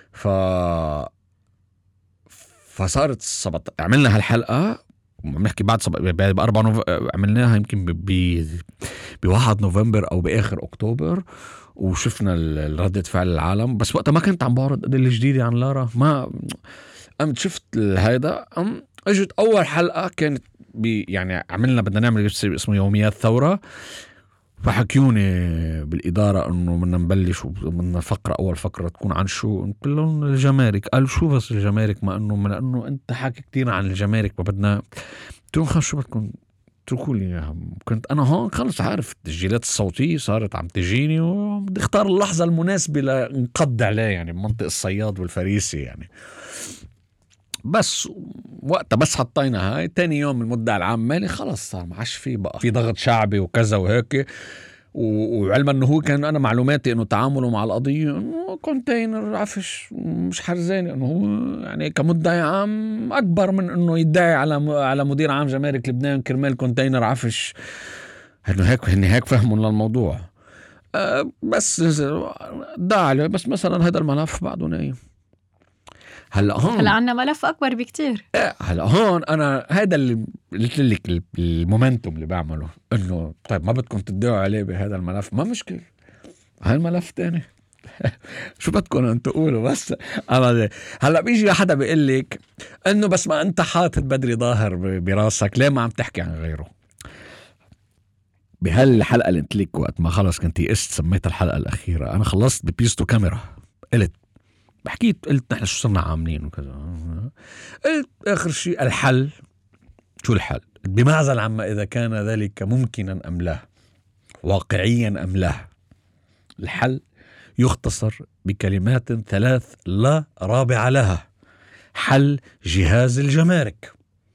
فصارت عملنا هالحلقة بنحكي بعد عملناها يمكن ب1 نوفمبر او باخر اكتوبر، وشفنا ردة فعل العالم. بس وقتها ما كنت عم بعرض أدلة جديدة عن لارا، ما قمت شفت هيدا اجت اول حلقة كانت يعني عملنا بدنا نعمل اسمه يوميات ثورة، فحكيوني بالإدارة إنه بدنا نبلش ومن أول فقرة تكون عن شو. قلت لهم الجمارك. قال شو بس الجمارك؟ ما لأنه أنت حكي كتير عن الجمارك ما بدنا. قلت لهم خلص شو بدكم اتركوا لي إياها. كنت أنا هون خلص عارف التسجيلات الصوتية صارت عم تجيني، وبدي اختار اللحظة المناسبة لنقض عليه يعني بمنطقة الصياد والفريسي يعني. بس وقتها بس حطينا هاي تاني يوم المدة العامة خلص صار ما عادش في بقى في ضغط شعبي وكذا وهيك. وعلما انه هو كان انا معلوماتي انه تعامله مع القضية انه كونتينر عفش مش حرزاني، انه هو يعني كمدعي عام اكبر من انه يدعي على مدير عام جمارك لبنان كرمال كونتينر عفش. هيك فهموا للموضوع. بس داعي بس مثلا هذا الملف بعده نايم. هلا عنا ملف أكبر بكتير. هلا هون أنا هذا اللي قلت لك المومنتوم اللي بعمله، إنه طيب ما بدكم تدعوا عليه بهذا الملف، ما مشكلة هاي الملف تاني شو بدكم أن تقولوا. بس أنا هلا بيجي حدا بيقول لك إنه بس ما أنت حاطط بدري ظاهر براسك ليه ما عم تحكي عن غيره. بهالحلقة اللي قلت لك وقت ما خلص كنت يئست سميت الحلقة الأخيرة، أنا خلصت ببيستو كاميرا قلت قلت نحن شو صرنا عاملين وكذا. قلت آخر شيء الحل شو الحل بمعزل عما إذا كان ذلك ممكنا أم لا، واقعيا أم لا. الحل يختصر بكلمات 3 لا رابع لها: حل جهاز الجمارك.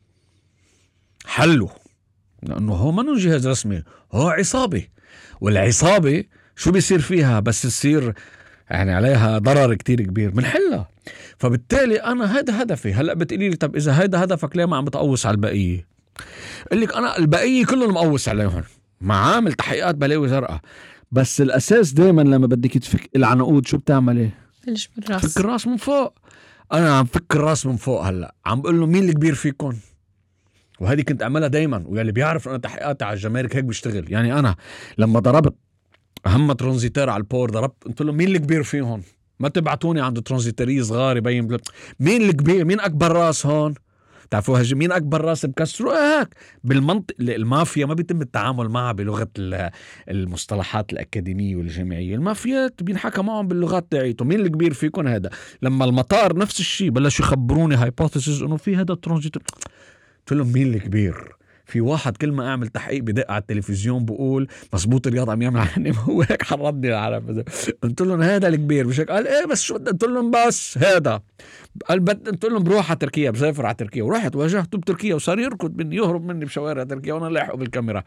حله لأنه هو منو جهاز رسمي، هو عصابة، والعصابة شو بيصير فيها بس تصير يعني عليها ضرر كتير كبير منحلها. فبالتالي أنا هذا هدفي. هلأ بتقولي لي طب إذا هذا هدفك ليه ما عم بتقوص على البقية؟ قل لك أنا البقية كلهم مقوص عليهم، مع عامل تحقيقات بلاوي زرقاء. بس الأساس دايما لما بدك تفك العنقود شو بتعمل ايه؟ فك الراس من فوق. أنا عم فك الراس من فوق. هلأ عم بقول له مين الكبير فيكم؟ وهذه كنت أعملها دايما، ويلي بيعرف أنا تحقيقاتي على الجمارك هيك بيشتغل. يعني أنا لما ضربت أهم ترانزيتير على البور ضربت قلت له مين الكبير فيهم؟ ما تبعتوني عند ترانزيتيري صغار يبين مين الكبير، مين أكبر راس هون؟ تعرفوا مين أكبر راس بكسروا هيك بالمنطق. المافيا ما بيتم التعامل معها بلغة المصطلحات الأكاديمية والجامعية. المافيات بينحكى معهم باللغات تاعيته. مين الكبير فيكم هذا؟ لما المطار نفس الشيء بلشوا يخبروني هايبوثيسيس إنه في هذا الترانزيتير. قلت لهم مين الكبير؟ في واحد كل ما اعمل تحقيق بدق على التلفزيون بقول مزبوط رياض عم يعمل عني، هو هيك حرضني على. قلت لهم هذا الكبير مش هيك. قال ايه بس شو قلت لهم بس هذا. قال قلت لهم بروح على تركيا، بسافر على تركيا. ورحت واجهته بتركيا وصار يركض مني يهرب مني بشوارع تركيا وانا لاحقه بالكاميرا.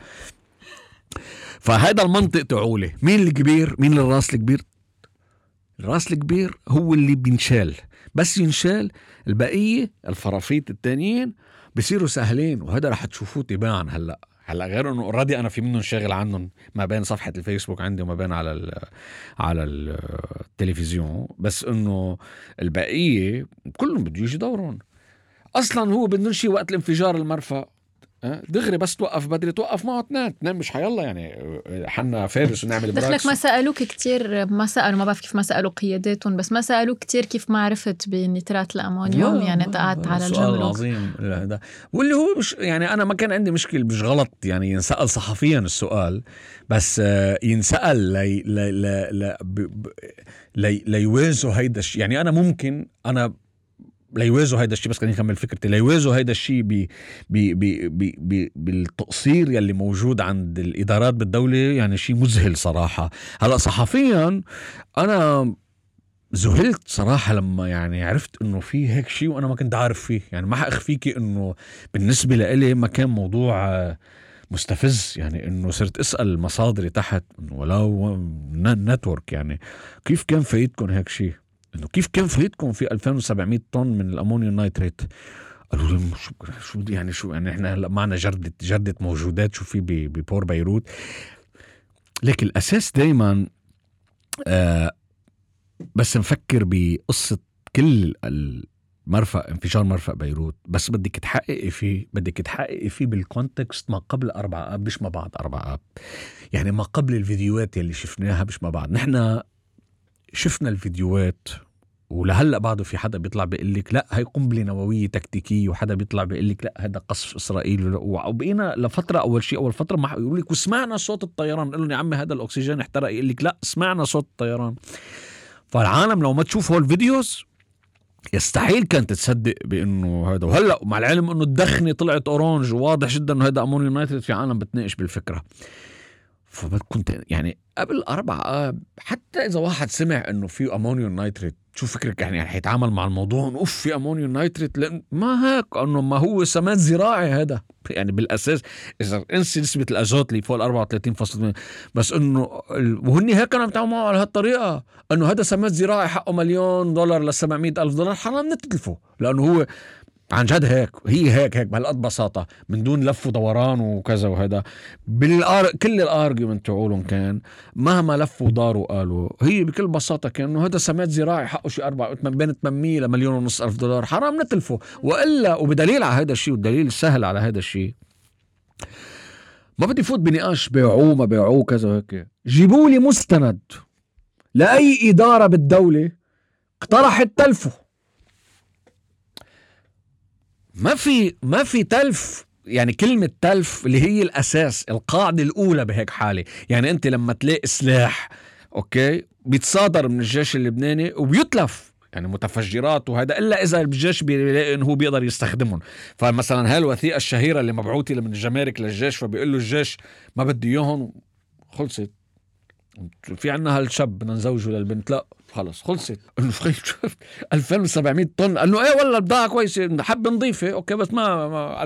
فهذا المنطق تعولي مين الكبير، مين الراس الكبير. الراس الكبير هو اللي بينشال، بس ينشال البقية الفرافيت التانيين بيصيروا سهلين. وهذا رح تشوفوه تباعا. هلا غير انه اوريدي انا في منهم شاغل عنهم ما بين صفحة الفيسبوك عندي وما بين على التلفزيون، بس انه البقية كلهم بده يجي دورهم. اصلا هو بدون شيء وقت الانفجار المرفأ دغري بس توقف بدري توقف معه اثنين مش حيلا يعني حنا فارس ونعمل براكس. دخلك ما سألوك كتير، ما بعرف كيف ما سألوا قياداتهم، بس ما سألوك كتير كيف ما عرفت بنترات الأمونيوم. يعني انت قعدت على الجمرك. الجمرك. عظيم هذا، واللي هو مش يعني أنا ما كان عندي مشكل، مش غلط يعني ينسأل صحفيا السؤال، بس ينسأل ليوازوا هيدا الشيء. يعني أنا ممكن أنا ليوازوا هيدا الشيء، بس خليني نكمل فكرتي. ليوازوا هيدا الشيء بالتقصير يلي موجود عند الإدارات بالدولة، يعني شيء مذهل صراحة. هلأ صحفيا أنا ذهلت صراحة لما يعني عرفت إنه في هيك شيء وأنا ما كنت عارف فيه. يعني ما حأخفيكي إنه بالنسبة لإلي ما كان موضوع مستفز، يعني إنه صرت أسأل مصادري تحت إنه ولو نتورك، يعني كيف كان فايدكم هيك شيء؟ إنه كيف كان فايدكم في 2700 طن من الأمونيوم نايتريت؟ قالوا لي شو يعني إحنا هلا معنا جردة موجودات شو في ببور بيروت. لكن الأساس دايما بس نفكر بقصة كل المرفأ، انفجار مرفأ بيروت، بس بدك تحققي فيه بالكونتكست ما قبل 4 آب، مش ما بعد 4 آب. يعني ما قبل الفيديوهات اللي شفناها، مش ما بعد. نحن شفنا الفيديوهات ولهلأ بعده في حدا بيطلع بيقلك لا هي قنبلة نووية تكتيكية، وحدا بيطلع بيقلك لا هذا قصف إسرائيل. وبقينا لفترة أول فترة ما يقول لك وسمعنا صوت الطيران، قال لهم يا عمي هذا الأكسجين احترق، يقول لك لا سمعنا صوت الطيران. فالعالم لو ما تشوف هول الفيديوز يستحيل كانت تصدق بأنه هذا. وهلأ مع العلم أنه الدخنة طلعت أورانج وواضح جدا أنه هذا أمونيوم نايتريت، في عالم بتناقش بالفكرة. فكنت يعني قبل 4 آب حتى إذا واحد سمع أنه في أمونيوم نايتريت، شو فكرك يعني حيتعامل مع الموضوع أنه في أمونيوم نايتريت؟ لأن ما هيك، أنه ما هو سماد زراعي هذا يعني بالأساس. إذا انسي نسبة الأزوت اللي فوق 34.8، بس أنه وهن هيك كانوا بتعاملوا معه على هالطريقة، أنه هذا سماد زراعي حقه $1,000,000 ل $700,000، حرام نتلفه، لأنه هو عن جد هيك. هي هيك بهالقد بساطة من دون لف ودوران وكذا. وهذا كل الارجيومنت تاعولهم كان مهما لفوا وداروا قالوا هي بكل بساطة كان انه هذا سماد زراعي حقه شيء بين 800 ل1,500,000 حرام نتلفه. وإلا وبدليل على هذا الشيء، والدليل السهل على هذا الشيء، ما بدي فوت بنقاش بيعوه ما بيعوه كذا هيك، جيبوا لي مستند لأي إدارة بالدولة اقترحت تلفه. ما في تلف. يعني كلمة تلف اللي هي الأساس، القاعدة الأولى بهيك حالة. يعني أنت لما تلاقي سلاح أوكي بيتصادر من الجيش اللبناني وبيتلف، يعني متفجرات وهذا، إلا إذا الجيش بيلاقي إنه هو بيقدر يستخدمهم. فمثلا هالوثيقة الشهيرة اللي مبعوثة من الجمارك للجيش، فبيقول له الجيش ما بدي إياهم، خلصت. في عنا هالشاب بدنا نزوجه للبنت، لا خلص خلصت. انه 2700 طن، انه ايه والله البضاعه كويسه حب نضيفه اوكي، بس ما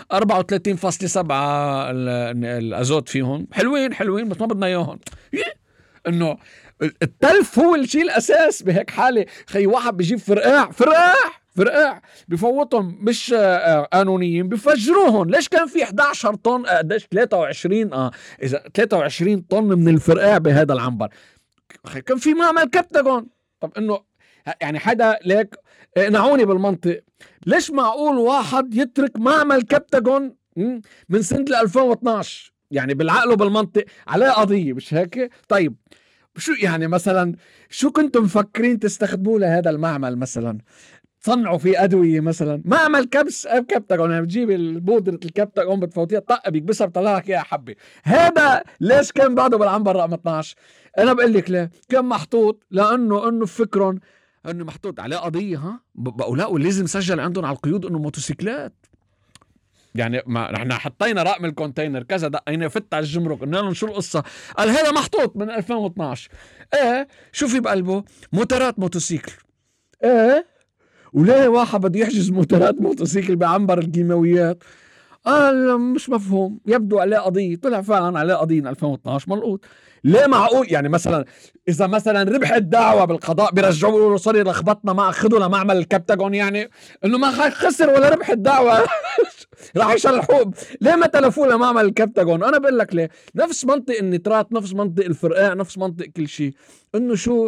34.7 الازوت فيهم حلوين بس ما بدنا اياهم. انه التلف هو الشيء الاساس بهيك حاله. خي واحد بيجيب فرقاع بفوتهم مش قانونيين بفجروهم. ليش كان في 11 طن قديش 23 اذا 23 طن من الفرقاع بهذا العنبر؟ كان في معمل كبتاغون. طب انه يعني حدا ليك نعوني بالمنطق، ليش معقول واحد يترك معمل كبتاغون من سنة 2012؟ يعني بالعقل وبالمنطق عليه قضية مش هيك؟ طيب شو يعني مثلا شو كنتم مفكرين تستخدموه لهذا المعمل؟ مثلا تصنعوا فيه أدوية مثلا، معمل كبتاغون، يعني بتجيب البودرة الكبتاغون بتفوتيها طق بيكبسها بطلع لك اياها حبة. هذا ليش كان بعده بالعنبر رقم 12؟ انا بقول لك ليه كان محطوط، لانه فكرهم انه محطوط عليه قضية. بقوا لا ولازم نسجل عندهم على القيود انه موتوسيكلات. يعني ما نحن حطينا رقم الكونتينر كذا، دقينا فت على الجمرك قلنا لهم شو القصة، قال هذا محطوط من 2012. ايه شو في بقلبه؟ موتورات موتوسيكل. ايه وليه واحد بده يحجز موتورات موتوسيكل بعنبر الكيماويات؟ قال مش مفهوم، يبدو عليه قضية. طلع فعلا عليه قضية من 2012 ملقوط. ليه معقول يعني مثلا إذا مثلا ربحت دعوة بالقضاء بيرجعوا له صار لخبطنا ما أخذوا لمعمل الكبتاغون، يعني إنه ما خسر ولا ربح الدعوة راح يشلحوه. ليه ما تلفوا لمعمل الكبتاغون؟ أنا بقول لك ليه. نفس منطق النترات، نفس منطق الفرقاع، نفس منطق كل شيء. إنه شو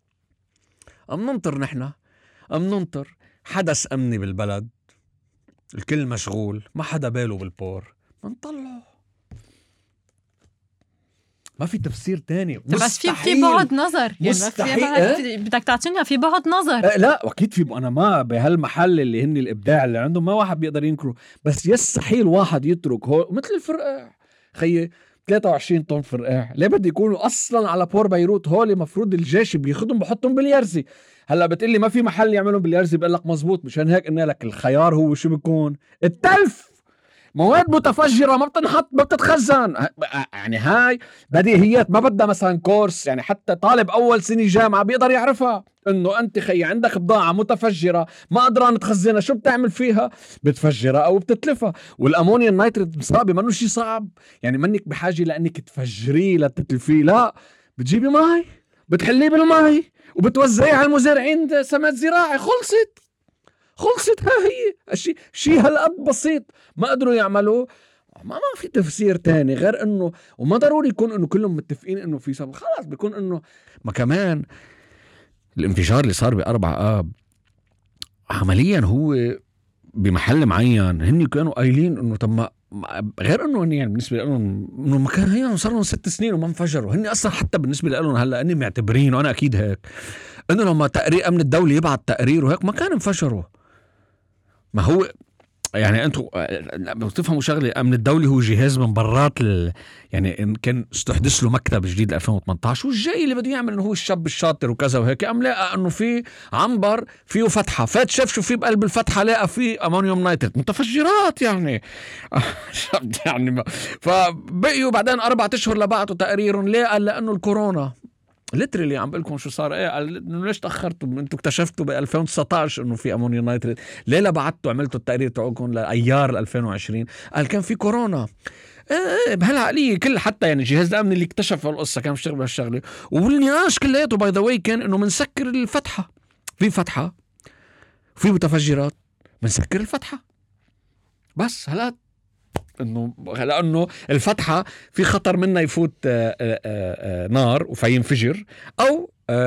نحن ننطر حدث أمني بالبلد الكل مشغول، ما حدا باله بالبور، منطلعه. ما في تفسير تاني. بس في بعد نظر يعني بدك تعطينا في بعد نظر. لا أكيد في. أنا ما بهالمحل اللي هن الإبداع اللي عندهم ما واحد بيقدر ينكره، بس يستحيل واحد يترك هو مثل الفرقاع. خيي 23 طن فرقاع ليه بدي يكونوا أصلا على بور بيروت؟ هولي مفروض الجيش بياخدهم بحطهم باليرزي. هلا بتقلي ما في محل يعملهم باليرزي، بقول لك مزبوط. مشان هيك قلنا لك الخيار هو شو بيكون؟ التلف. مواد متفجرة ما بتنحط ما بتتخزن. يعني هاي بديهيات ما بدها مثلا كورس. يعني حتى طالب أول سنة جامعة بيقدر يعرفها، إنه أنت خي عندك بضاعة متفجرة ما قدران تخزنها، شو بتعمل فيها؟ بتفجرها أو بتتلفها. والأمونيا النيتريت مصابة منه شي صعب. يعني منك بحاجة لأنك تفجريه لتتلفيه، لا بتجيبي ماي بتحليه بالماي وبتوزعيه على المزارعين سماد زراعي. خلصت. هاي شيء هالقد بسيط ما قدروا يعملوه. ما في تفسير تاني غير انه، وما ضروري يكون انه كلهم متفقين انه في سبب. خلاص بيكون انه ما كمان الانفجار اللي صار ب4 آب عمليا هو بمحل معين هن كانوا قايلين انه تم، غير انه يعني بالنسبه لهم انه ما كان هي صار لهم 6 سنين وما انفجروا. هن اصلا حتى بالنسبه لهم هلا اني معتبرين، وانا اكيد هيك، انه لما تقرير امن الدولي يبعث تقرير وهيك ما كان انفجروا. ما هو يعني انتوا بتفهموا شغله، امن الدولي هو جهاز من برات يعني ان كان استحدث له مكتب جديد 2018 والجاي اللي بده يعمل انه هو الشاب الشاطر وكذا وهيك، ام لقى انه في عنبر فيه فتحه، فات شاف شو في بقلب الفتحه، لقى فيه امونيوم نايتريت متفجرات يعني يعني فبقيوا بعدين 4 أشهر لبعتوا تقرير. ليه؟ قال لانه الكورونا. ليترلي عم بقولكم شو صار. قال انه ليش تاخرتوا؟ انتوا اكتشفتوا ب 2019 انه في امونيوم نايتريت، ليه لا بعتوا عملتوا التقرير تاعكم لايار 2020؟ قال كان في كورونا. بهالعقليه كل حتى يعني الجهاز الامني اللي اكتشف القصه كان بيشتغل بهالشغله. والنقاش كلياته باي ذا واي كان انه منسكر الفتحه، في فتحه في متفجرات منسكر الفتحه. بس هلا انه الفتحة في خطر منها يفوت نار وفينفجر او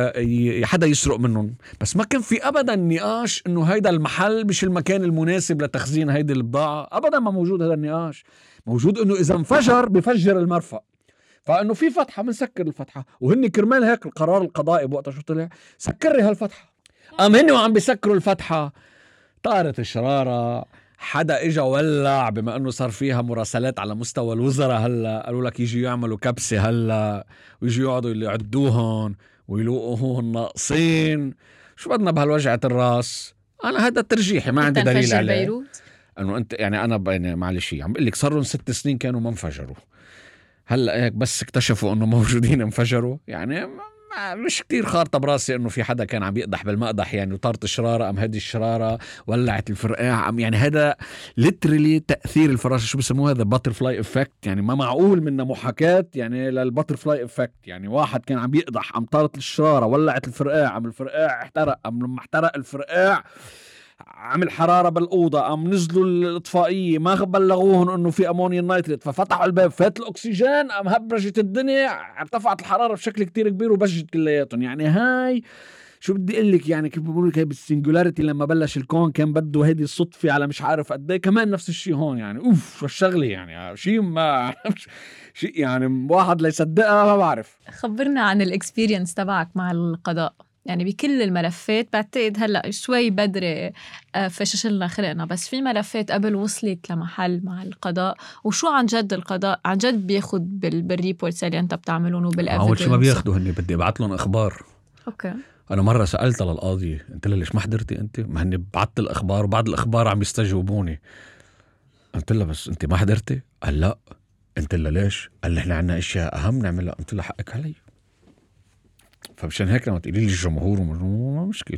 حدا يسرق منهم. بس ما كان في ابدا نقاش انه هيدا المحل مش المكان المناسب لتخزين هيدي البضاعة. ابدا ما موجود هذا النقاش. موجود انه اذا انفجر بفجر المرفأ، فانه في فتحة منسكر الفتحة. وهن كرمال هيك القرار القضائي بوقتها شو طلع؟ سكري هالفتحة. هن وعم بيسكروا الفتحة طارت الشرارة. حدا اجا ولع، بما انه صار فيها مراسلات على مستوى الوزراء. هلا قالوا لك يجي يعملوا كبسة هلا ويجي يقعدوا اللي يعدوهن ويلوقوهن ناقصين. شو بدنا بهالوجعة الراس؟ انا هذا ترجيحي، ما عندي دليل عليه. بيروت انه انت يعني انا معلش عم بقول لك صار لهم 6 سنين كانوا ما انفجروا. هلا هيك بس اكتشفوا انه موجودين انفجروا. يعني مش كتير خارطة براسي انه في حدا كان عم يقدح بالمقدح يعني وطارت الشرارة ام هدي الشرارة ولعت الفرقاع ام يعني هذا ليترلي تأثير الفراشة. شو بسموه هذا؟ باترفلاي افكت. يعني ما معقول منه محاكاة يعني للباترفلاي افكت. يعني واحد كان عم يقدح ام طارت الشرارة ولعت الفرقاع ام الفرقاع احترق ام لما احترق الفرقاع عمل حرارة بالأوضة ام نزلوا الإطفائية ما بلغوهن انه في امونيوم نايتريت ففتحوا الباب فات الاكسجين ام هبرجت الدنيا ارتفعت الحرارة بشكل كتير كبير وبجت كلياتهم. يعني هاي شو بدي اقول لك يعني كيف بقول لك هي بالسنجولاريتي لما بلش الكون كان بده هيدي الصدفة على مش عارف قد ايه. كمان نفس الشيء هون. يعني اوف شو الشغلة يعني شيء ما شيء يعني واحد ليصدقها ما بعرف. خبرنا عن الاكسبيرينس تبعك مع القضاء يعني بكل الملفات. بعتقد هلأ شوي بدري فشش لنا خلقنا، بس في ملفات قبل وصلت لمحل مع القضاء. وشو عن جد القضاء عن جد بياخد بالريبورتس اللي انت بتعملون وبالأفيدنس؟ أول شي ما بياخدوا هني بدي ابعت لهم اخبار. اوكي. انا مرة سألتها للقاضي قلت لها ليش ما حضرتي انت؟ ما هني بعت الاخبار وبعد الاخبار عم يستجوبوني. قلت لها بس انت ما حضرتي؟ قال لا. قلت لها ليش؟ قال لي احنا عنا اشياء اهم نعملها. قلت لها حقك علي. فمشان هيك لما تقولي لي الجمهور ما مشكلة.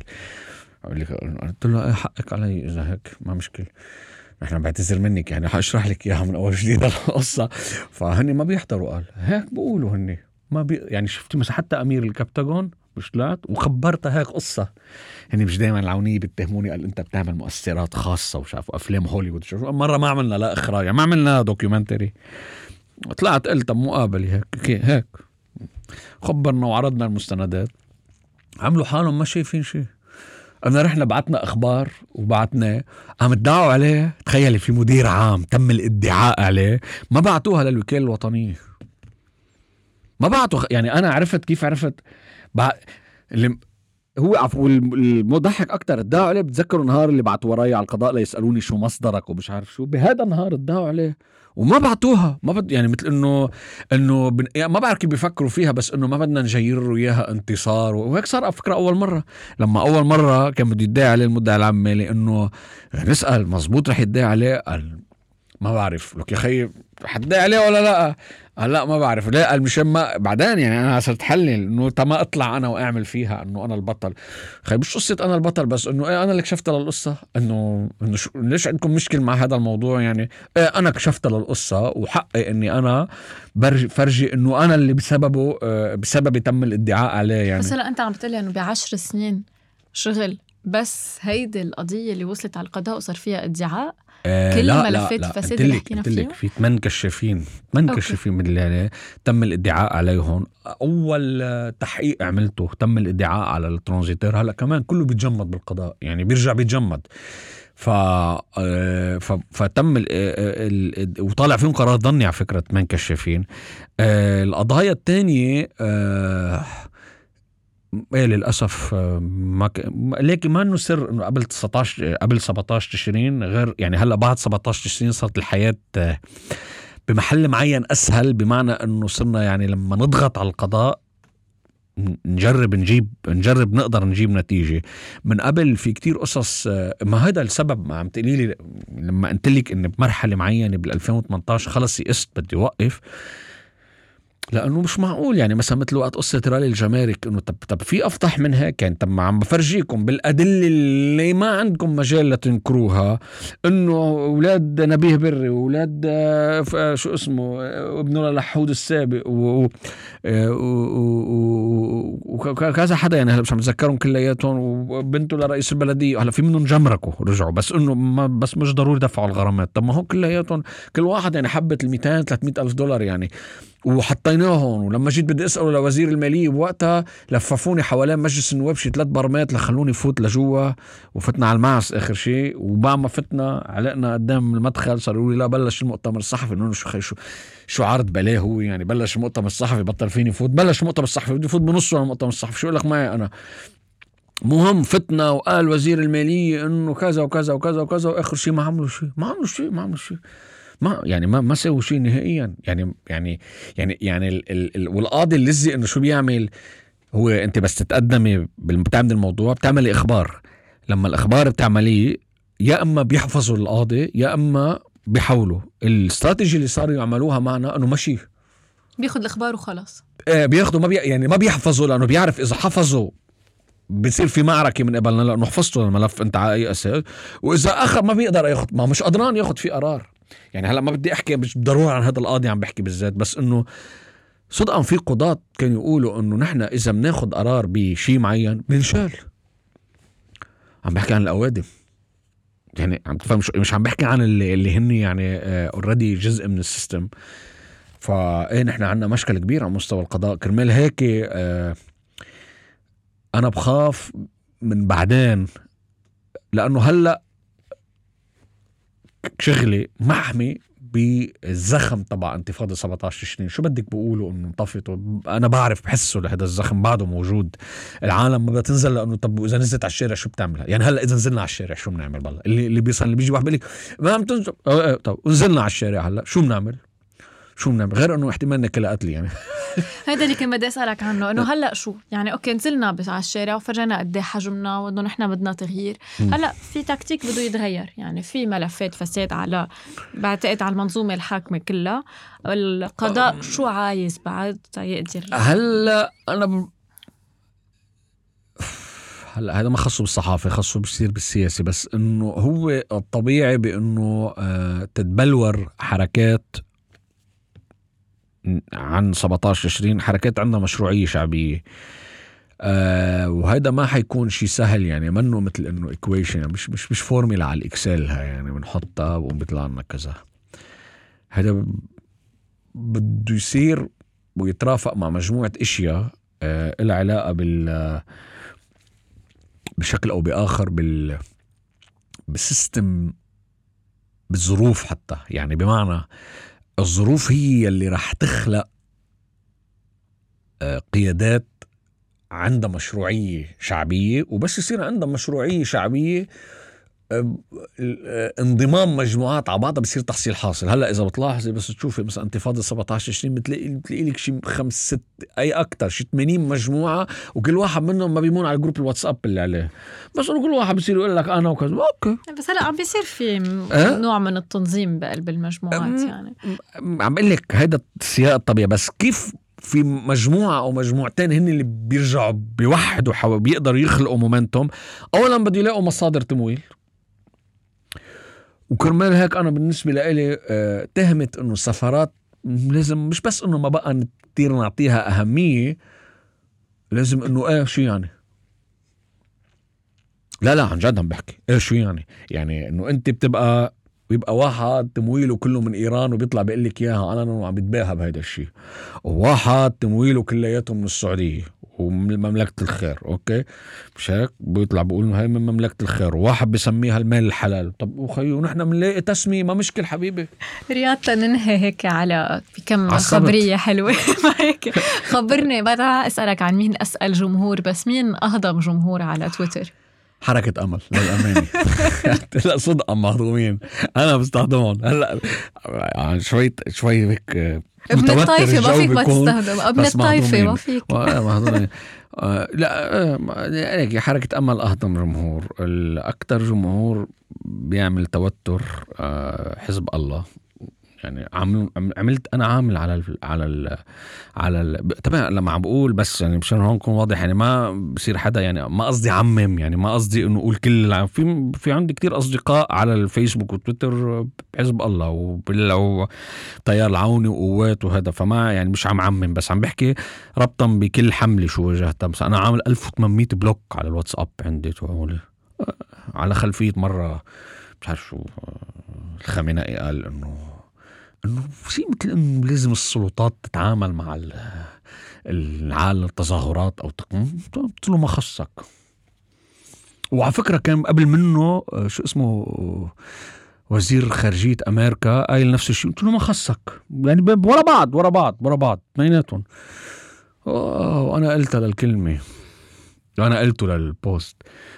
قلت له حقك علي إذا هيك ما مشكلة. نحن بعتذر منك يعني حاشرح لك إياها من أول جديد القصة. فهني ما بيحضروا. قال هيك بقولوا هني ما يعني شفتي مثلا حتى أمير الكبتاغون مش طلعت وخبرتها هيك قصة. هني مش دايما العونية بتهموني قال أنت بتعمل مؤثرات خاصة وشافوا أفلام هوليوود. مرة ما عملنا لا إخراج يعني ما عملنا دوكيومنتري. طلعت قلت مقابلة هيك خبرنا وعرضنا المستندات. عملوا حالهم ما شايفين شيء. أنا رحنا بعتنا أخبار وبعتنا قام ادعوا عليه. تخيلي في مدير عام تم الادعاء عليه، ما بعتوها للوكالة الوطنية، ما بعتوا. يعني أنا عرفت كيف عرفت اللي هو والمضحك أكتر ادعوا عليه. بتذكروا النهار اللي بعتوا وراي على القضاء ليسألوني شو مصدرك ومش عارف شو، بهذا النهار ادعوا عليه وما بعتوها. ما يعني مثل انه يعني ما بعرف كيف بيفكروا فيها، بس انه ما بدنا نجيروا اياها انتصار. وهيك صار على فكرة اول مرة، لما اول مرة كان بده يدعي عليه المدعي العام لانه نسأل مزبوط رح يدعي عليه، قال ما بعرف. لك يا خي حدعي عليه ولا لا؟ قال لا ما بعرف. ليه؟ قال مشان ما بعدين يعني انا صرت حلل انه ما اطلع انا واعمل فيها انه انا البطل. خي مش قصة انا البطل، بس انه ايه انا اللي كشفت للقصة. انه ليش عندكم مشكل مع هذا الموضوع؟ يعني ايه انا كشفت للقصة وحقي اني انا فرجي انه انا اللي بسببي تم الادعاء عليه. يعني بس هلا انت عم بتقلي انه ب10 سنين شغل بس هيدي القضية اللي وصلت على القضاء وصار فيها ادعاء. كل الملفات الفساد اللي حكينا فيها في 8 كشافين من اللي تم الادعاء عليهم. اول تحقيق عملته تم الادعاء على الترانزيتير. هلا كمان كله بيتجمد بالقضاء، يعني بيرجع بيتجمد. فتم وطالع فيهم قرار ضني على فكرة 8 كشافين. القضايا الثانية للأسف لكن ما إنه سر إنه قبل 17 تشرين غير. يعني هلأ بعد 17 تشرين صارت الحياة بمحل معين أسهل، بمعنى إنه صرنا يعني لما نضغط على القضاء نجرب نقدر نجيب نتيجة. من قبل في كتير قصص. ما هذا السبب ما عم تقليلي لما قلتلك إن بمرحلة معينة بال2018 خلص يقصت بدي وقف، لأنه مش معقول. يعني مثلا مثل وقت قصة رالي الجمارك، إنه طب في أفضح من هيك. يعني طب ما عم بفرجيكم بالأدلة اللي ما عندكم مجال لتنكروها، إنه أولاد نبيه بري وأولاد شو اسمه ابنه لحود السابق وكذا حدا، يعني هلا مش عم بتذكرهم كلياتهم، وبنته لرئيس البلدية. هلا في منهم جمركوا رجعوا، بس إنه بس مش ضروري دفعوا الغرامات. طب ما هو كلياتهم كل واحد يعني حبة 200-300 ألف دولار يعني، وحطيناهم. ولما جيت بدي أسأله لوزير المالية بوقتها لففوني حوالين مجلس النواب شي 3 برمات لخلوني فوت لجوا، وفتنا على المعص آخر شيء. وبعد ما فتنا علقنا قدام المدخل صاروا لي لا بلش المؤتمر الصحفي. إنه شو عرض بلاه هو يعني. بلش المؤتمر الصحفي بطل فيني فوت، بلش المؤتمر الصحفي بدي فوت بنصه المؤتمر الصحفي. شو أقول لك معي أنا؟ مهم فتنا وقال وزير المالية إنه كذا وكذا وكذا وكذا، وآخر شيء ما عملوا شيء ما سووا شيء نهائيا. يعني والقاضي اللزي انه شو بيعمل هو، انت بس تتقدمي بتعمل الموضوع، بتعملي اخبار. لما الاخبار بتعمليه يا اما بيحفظوا القاضي يا اما بيحاولوا. الاستراتيجي اللي صاروا يعملوها معنا انه ماشي بياخد الاخبار وخلاص. بياخدوا ما بيحفظوا، لانه بيعرف اذا حفظوا بيصير في معركة من قبلنا، لانه حفظتوا الملف انت على اي اساس. واذا اخر ما بيقدر ياخد، ما مش قدران ياخد فيه قرار. يعني هلا ما بدي احكي مش ضروري عن هذا القاضي عم بحكي بالذات، بس انه صدقا في قضاة كانوا يقولوا انه نحن اذا بناخد قرار بشيء معين بنشال. عم بحكي عن الاوادم، يعني عم تفهم مش عم بحكي عن اللي هن يعني اوريدي جزء من السيستم. فايه نحن عنا مشكلة كبيرة على مستوى القضاء. كرمال هيك انا بخاف من بعدين، لانه هلا شغلي محمي بالزخم تبع انتفاضة 17 تشرين. شو بدك بقولوا انه انطفت؟ انا بعرف بحسه لهذا الزخم بعده موجود. العالم ما بتنزل، لانه طب اذا نزلت على الشارع شو بتعمل؟ يعني هلا اذا نزلنا على الشارع شو بنعمل؟ بالله اللي بيجي واحد بيقول لك ما عم تنزل. طب نزلنا على الشارع هلا شو بنعمل غير انه احتمال نكلا قتل يعني. هذا اللي كنت بدي اسالك عنه، انه هلا شو يعني؟ اوكي نزلنا بس على الشارع وفرجنا قد ايه حجمنا وانه نحن بدنا تغيير. هلا في تكتيك بده يتغير، يعني في ملفات فساد على بعتقد على المنظومه الحاكمه كلها. القضاء شو عايز بعد يقدر؟ هلا انا هلا هذا ما خصه بالصحافه، خصه بيصير بالسياسه. بس انه هو الطبيعي بانه تتبلور حركات عن 17 تشرين، حركات عندها مشروعية شعبية. وهذا ما حيكون شيء سهل، يعني منه مثل انه ايكويشن، يعني مش فورميلا على الاكسل هاي يعني بنحطها وبيطلع لنا كذا. هذا بده يصير ويترافق مع مجموعة اشياء العلاقة بشكل أو بآخر بالسيستم، بالظروف حتى. يعني بمعنى الظروف هي اللي راح تخلق قيادات عندها مشروعية شعبية، وبس يصير عندها مشروعية شعبية انضمام مجموعات على بعضها بصير تحصيل حاصل. هلا اذا بتلاحظي بس تشوفي مثلا انتفاضه 17/20 بتلاقي لك شيء 5 6 اي اكثر شيء 80 مجموعه، وكل واحد منهم ما بيمون على الجروب الواتساب اللي عليه، بس انه كل واحد بصير يقول لك انا وكذا. اوكي بس هلا عم بيصير في نوع من التنظيم بقلب المجموعات. يعني عم بقول لك هيدا السياق الطبيعي، بس كيف في مجموعة أو مجموعتين هن اللي بيرجعوا بيوحدوا بيقدروا يخلقوا مومنتوم؟ أولا بده يلاقوا مصادر تمويل، وكرمال هيك أنا بالنسبة لي تهمت أنه السفارات لازم مش بس أنه ما بقى كتير نعطيها أهمية، لازم أنه شو يعني، لا عن جد عم بحكي شو يعني أنه أنت بيبقى واحد تمويله كله من إيران وبيطلع بيقول لك إياها علنا وعم بيتباهى بهذا الشيء، وواحد تمويله كلياته من السعودية ومن مملكة الخير، أوكي مش هيك بيطلع بيقول هاي من مملكة الخير، وواحد بيسميها المال الحلال. طب وخي ونحن بنلاقي تسمية، ما مشكل حبيبي. رياض ننهي هيك على بكم خبرية حلوة. هيك خبرني بقى أسألك عن مين أسأل جمهور، بس مين أهضم جمهور على تويتر؟ حركة أمل للأمانة. لا صدق مهضومين، أنا بستخدمهم هلا يعني شوي هيك. ابن الطائفة ما فيك ما تستخدم، ابن الطائفة ما فيك. مهضومين. لا حركة أمل أهضم جمهور. الأكثر جمهور بيعمل توتر حزب الله. يعني عملت أنا عامل على طبعا لما عم بقول، بس يعني مشان هون نكون واضح، يعني ما بصير حدا، يعني ما قصدي عمم، يعني ما قصدي إنه أقول كل في عندي كتير أصدقاء على الفيسبوك وتويتر بحزب الله وطيار العوني وقوات وهذا، فما يعني مش عم عمم، بس عم بحكي ربطا بكل حملة شو واجهتها. بس أنا عامل 1800 بلوك على الواتساب عندي على خلفية مرة مش عارف شو الخامنئي قال إنه شيء مثل إنه لازم السلطات تتعامل مع العالم التظاهرات أو قلت له ما خصك. وعلى فكرة كان قبل منه شو اسمه وزير خارجية أمريكا قايل نفس الشيء، قلت له ما خصك. يعني ورا بعض اثنيناتهم. وأنا قلتها للكلمة، وأنا قلته للبوست.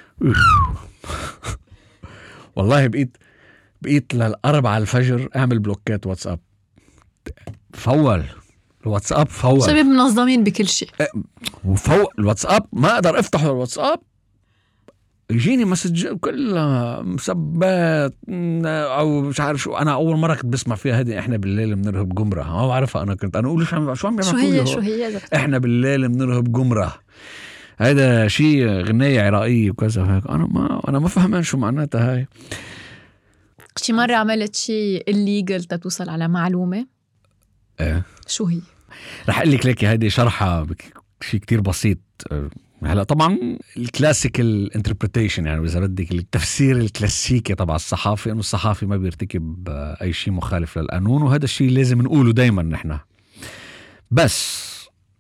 والله بقيت للأربعة الفجر أعمل بلوكات واتساب. فول الواتساب، فول شباب منظمين بكل شيء. وفول الواتساب ما أقدر أفتحه. الواتساب يجيني مسج كلها مسبات أو مش عارف شو. أنا أول مرة كنت بسمع فيها هذه إحنا بالليل بنرهب جمرة، ما بعرفها. أنا أقول شو عم شو هي إحنا بالليل بنرهب جمرة، هذا شيء غنية عراقية وكذا هيك. أنا ما فهمان شو معناتها هاي. شي مرة عملت شي illegal تتوصل على معلومة؟ شو هي؟ رح أقول لك هيدي شرحها شي كتير بسيط. هلا طبعا الكلاسيكال انتربريتيشن، يعني إذا بدك التفسير الكلاسيكي تبع الصحافي، إنه الصحافي ما بيرتكب أي شيء مخالف للقانون، وهذا الشيء لازم نقوله دايما نحن. بس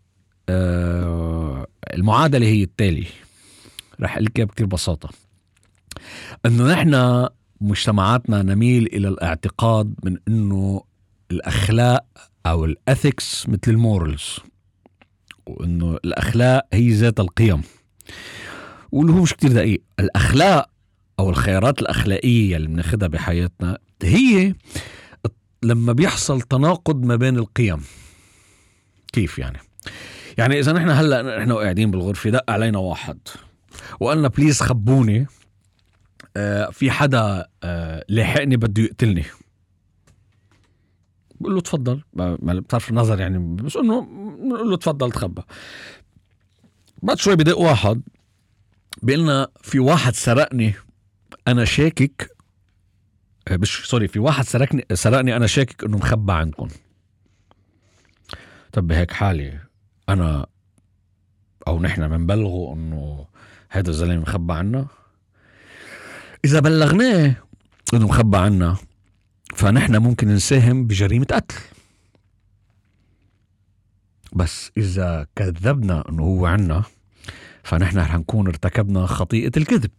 المعادلة هي التالي، رح أقول لك بكتير بساطة، إنه نحن مجتمعاتنا نميل إلى الاعتقاد من إنه الأخلاق أو الأثيكس مثل المورلز، وإنه الأخلاق هي ذات القيم، واللي هو مش كتير دقيق. الأخلاق أو الخيارات الأخلاقية اللي بناخدها بحياتنا هي لما بيحصل تناقض ما بين القيم. كيف يعني إذا نحن هلأ نحن قاعدين بالغرفة دق علينا واحد وقالنا بليز خبوني، في حدا لاحقني بده يقتلني، بقول له تفضل، ما بتعرف النظر يعني، بس انه بقول له تفضل تخبى. بعد شوي بدق واحد بيقلنا في واحد سرقني انا شاكك، في واحد سرقني انا شاكك انه مخبى عندكم. طب بهيك حالي انا او نحن منبلغه انه هذا الزلمه مخبى عنا؟ إذا بلغناه إنه مخبى عنا فنحن ممكن نساهم بجريمة قتل. بس إذا كذبنا إنه هو عنا فنحن رح نكون ارتكبنا خطيئة الكذب.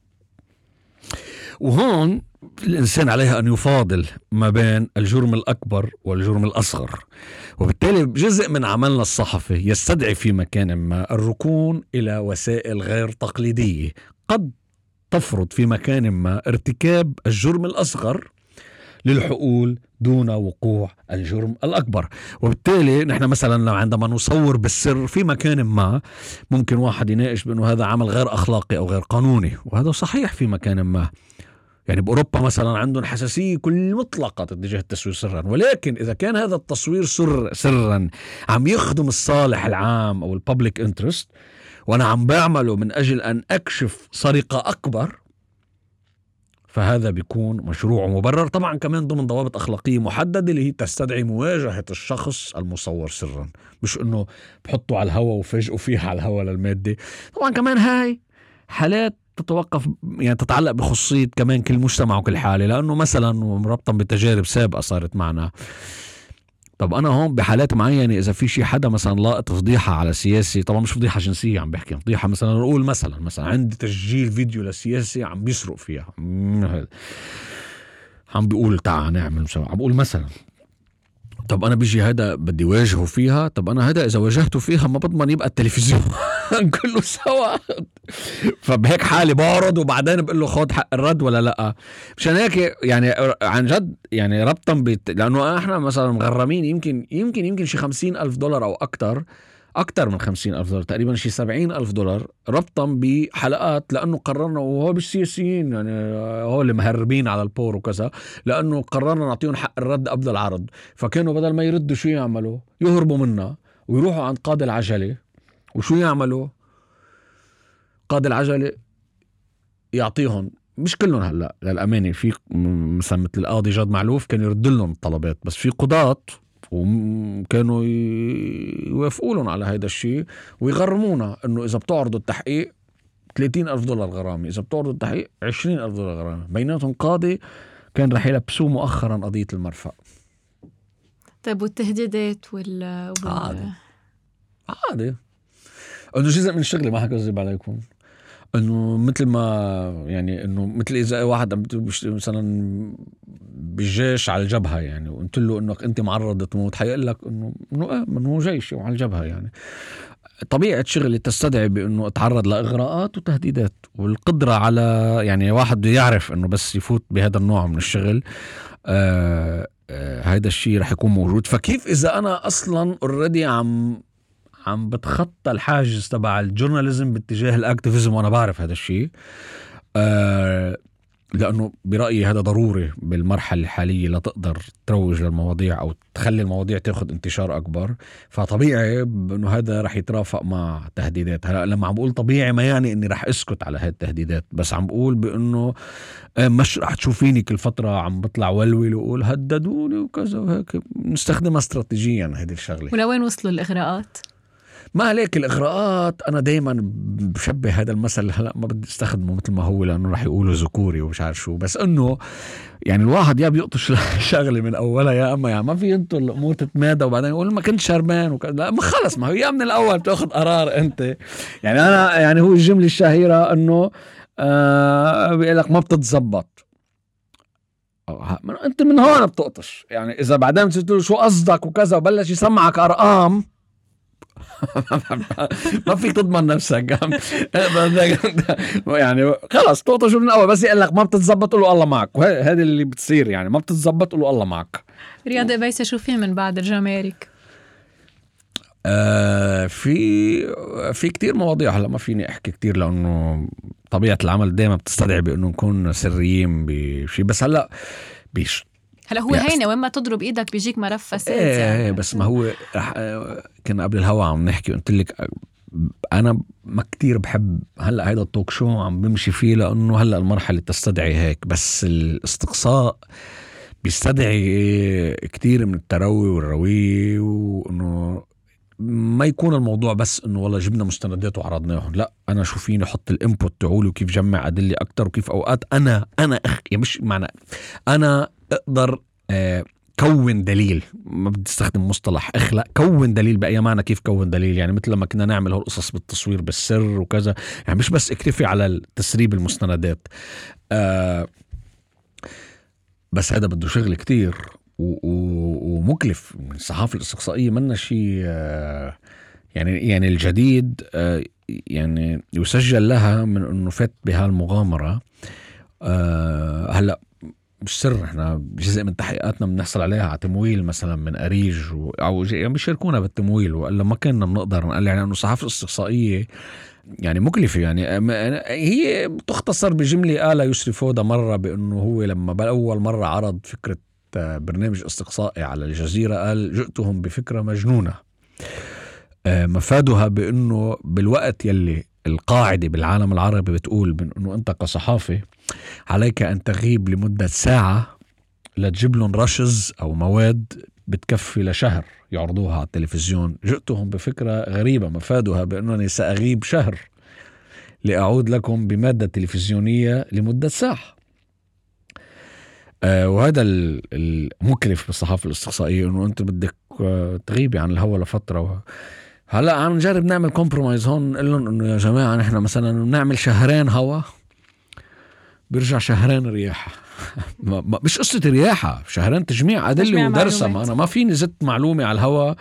وهون الإنسان عليه أن يفاضل ما بين الجرم الأكبر والجرم الأصغر، وبالتالي جزء من عملنا الصحفي يستدعي في مكان ما الركون إلى وسائل غير تقليدية قد تفرض في مكان ما ارتكاب الجرم الأصغر للحقول دون وقوع الجرم الأكبر. وبالتالي نحن مثلا عندما نصور بالسر في مكان ما ممكن واحد يناقش بأنه هذا عمل غير أخلاقي أو غير قانوني، وهذا صحيح في مكان ما. يعني بأوروبا مثلا عندهم حساسية كل مطلقة تجاه التصوير سرا، ولكن إذا كان هذا التصوير سرا عم يخدم الصالح العام أو الببليك انترست، وأنا عم بعمله من أجل أن أكشف سرقة أكبر، فهذا بيكون مشروع مبرر، طبعا كمان ضمن ضوابط أخلاقية محددة اللي هي تستدعي مواجهة الشخص المصور سرا، مش إنه بحطه على الهواء وفجأوا فيها على الهواء للمادة. طبعا كمان هاي حالات تتوقف، يعني تتعلق بخصوصية كمان كل مجتمع وكل حالة، لأنه مثلا مربطا بتجارب سابقة صارت معنا. طب أنا هون بحالات معينة إذا في شي حدا مثلا لاقط فضيحة على سياسي، طبعا مش فضيحة جنسية عم بحكي، فضيحة مثلا نقول مثلا عندي تسجيل فيديو للسياسي عم بيسرق فيها، عم بيقول تعال نعمل مسوا، عم بقول مثلا طب أنا بيجي هذا بدي واجهه فيها، طب أنا هذا إذا واجهته فيها ما بضمن يبقى التلفزيون كله سوا، فبهيك حالي بعرض وبعدين بقول له خد حق الرد ولا لأ. مشان هيك يعني عن جد يعني ربطا لأنه إحنا مثلا مغرمين يمكن شي $50,000 أو أكتر من $50,000 تقريبا شي $70,000 ربطا بحلقات، لأنه قررنا، وهو بالسياسيين يعني هو اللي مهربين على البور وكذا، لأنه قررنا نعطيهم حق الرد قبل العرض، فكانوا بدل ما يردوا شو يعملوا؟ يهربوا منا ويروحوا عند قاضي العجلة، وشو يعملوا؟ قاضي العجلة يعطيهم، مش كلهم هلأ للأمانة، في مثل القاضي جاد معلوف كان يرد لهم الطلبات، بس في قضاة وكانوا يوافقوا لهم على هذا الشيء ويغرمونا انه اذا بتعرضوا التحقيق $30,000 غرامة، اذا بتعرضوا التحقيق $20,000 غرامة. بيناتهم قاضي كان رح يلبسوه مؤخرا قضية المرفأ. طيب والتهديدات عادي انه جزء من الشغل، ما حكذب عليكم، انه مثل ما يعني انه مثل اذا واحد مثلا بالجيش على الجبهة يعني وقلت له انك انت معرض تموت، حيقول لك انه جيش وعلى الجبهة. يعني طبيعة شغلي تستدعي بانه اتعرض لاغراءات وتهديدات، والقدرة على يعني واحد بده يعرف انه بس يفوت بهذا النوع من الشغل هذا الشيء رح يكون موجود. فكيف اذا انا اصلا already عم بتخطى الحاجز تبع الجورناليزم باتجاه الاكتيفيزم، وانا بعرف هذا الشيء لانه برأيي هذا ضروري بالمرحلة الحالية لتقدر تروج للمواضيع او تخلي المواضيع تاخد انتشار اكبر، فطبيعي انه هذا رح يترافق مع تهديدات. هلا لما عم بقول طبيعي ما يعني اني رح اسكت على هذه التهديدات، بس عم بقول بانه مش رح تشوفيني كل فترة عم بطلع ولول وقول هددوني وكذا وهيك، نستخدمها استراتيجيا هذه الشغلة. ولوين وصلوا الإغراءات؟ ما عليك الإغراءات، أنا دايما بشبه هذا المثل، هلأ ما بدي استخدمه مثل ما هو لأنه رح يقولوا ذكوري ومش عارف شو، بس أنه يعني الواحد يا بيقطش شغلة من أولها يا أما يعني ما في أنتوا الأمور تتمادى وبعدين يقول ما كنت شربان لا ما خلص، ما هو يا من الأول بتأخذ قرار أنت. يعني أنا يعني هو الجملة الشهيرة أنه بيقول لك ما بتتزبط، أنت من هون بتقطش. يعني إذا بعدين بتقول شو قصدك وكذا وبلش يسمعك أرقام ما فيك تضمن نفسك يعني خلاص تقطش من الأول. بس يقول لك ما بتتزبط قولوا الله معك، وهذا اللي بتصير، يعني ما بتتزبط قولوا الله معك. رياض قبيسة شو فيه من بعد الجمارك؟ في كتير مواضيع، هلا ما فيني احكي كتير لانه طبيعة العمل دائما بتستدعي بانه نكون سريين بشي، بس هلا هو هينه وين ما تضرب ايدك بيجيك ملف فساد. يعني بس ما هو كنا قبل الهوا عم نحكي قلت لك انا ما كتير بحب هلا هيدا التوك شو عم بمشي فيه لانه هلا المرحلة تستدعي هيك، بس الاستقصاء بيستدعي كتير من التروي والروي، وانه ما يكون الموضوع بس انه والله جبنا مستندات وعرضناهم، لا انا شو فيني احط الانبوت تعولي وكيف جمع ادله اكتر، وكيف اوقات انا مش معنى انا اقدر كون دليل، ما بدي استخدم مصطلح اخلق، كون دليل. بأي معنى كيف كون دليل؟ يعني مثل لما كنا نعمل هالقصص بالتصوير بالسر وكذا، يعني مش بس اكتفي على تسريب المستندات. بس هذا بده شغل كتير ومكلف. الصحافة الاستقصائية منا شيء يعني الجديد يعني يسجل لها من انه فات بهالمغامرة. هلا مش سر، احنا جزء من تحقيقاتنا بنحصل عليها على تمويل مثلا من أريج او يعني بيشاركونا بالتمويل، والا ما كنا بنقدر نقول يعني انه الصحافة الاستقصائية يعني مكلفة. يعني هي تختصر بجملة قالها يسري فودا مرة، بأنه هو لما بأول مرة عرض فكرة برنامج استقصائي على الجزيرة قال جئتهم بفكرة مجنونة. مفادها بأنه بالوقت يلي القاعدة بالعالم العربي بتقول بأنه أنت كصحافي عليك أن تغيب لمدة ساعة لتجيب لهم رشز أو مواد بتكفي لشهر يعرضوها على التلفزيون، جئتهم بفكرة غريبة مفادها بأنني سأغيب شهر لأعود لكم بمادة تلفزيونية لمدة ساعة. وهذا المكلف بالصحافة الاستقصائية، أنه أنت بدك تغيبي عن الهواء لفترة. هلأ عم نجرب نعمل كومبرومايز هون، نقول لهم أنه يا جماعة نحن مثلا نعمل شهرين هوا بيرجع شهرين رياحة. مش قصة رياحة، شهرين تجميع أدلة ودرسة. أنا ما فيني زدت معلومة على الهواء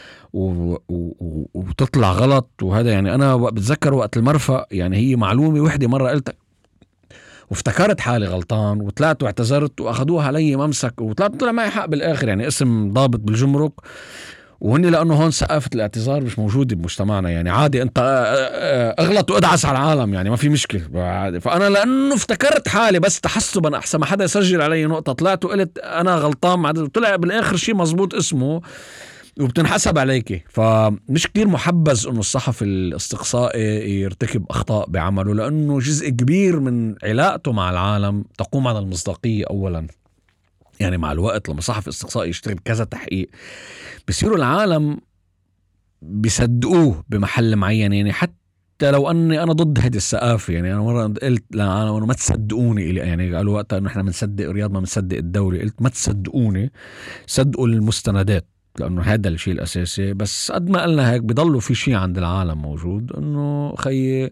وتطلع غلط. وهذا يعني أنا بتذكر وقت المرفأ، يعني هي معلومة وحدة مرة قلت وافتكرت حالي غلطان وطلعت واعتذرت وأخذوها علي ممسك، وطلع معي حق بالآخر، يعني اسم ضابط بالجمرك. وهني لأنه هون سقافة الاعتذار مش موجودة بمجتمعنا، يعني عادي أنت اغلط وادعس على العالم، يعني ما في مشكلة عادي. فأنا لأنه افتكرت حالي بس تحسبا أحسن ما حدا يسجل علي نقطة، طلعت وقلت أنا غلطان، طلع بالآخر شيء مزبوط اسمه وبتنحسب عليك. فمش كتير محبز أنه الصحفي الاستقصائي يرتكب أخطاء بعمله، لأنه جزء كبير من علاقته مع العالم تقوم على المصداقية أولا. يعني مع الوقت لما صحفي استقصائي يشتغل كذا تحقيق بيصيروا العالم بيصدقوه بمحل معين. يعني حتى لو أني أنا ضد هذه السقافة، يعني أنا مرة قلت أنا ما تصدقوني، يعني قالوا وقتها أنه إحنا بنصدق رياض ما بنصدق الدولة، قلت ما تصدقوني، صدقوا المستندات، لأنه هذا الشيء الأساسي. بس قد ما قلنا هيك بيضلوا في شيء عند العالم موجود، أنه خي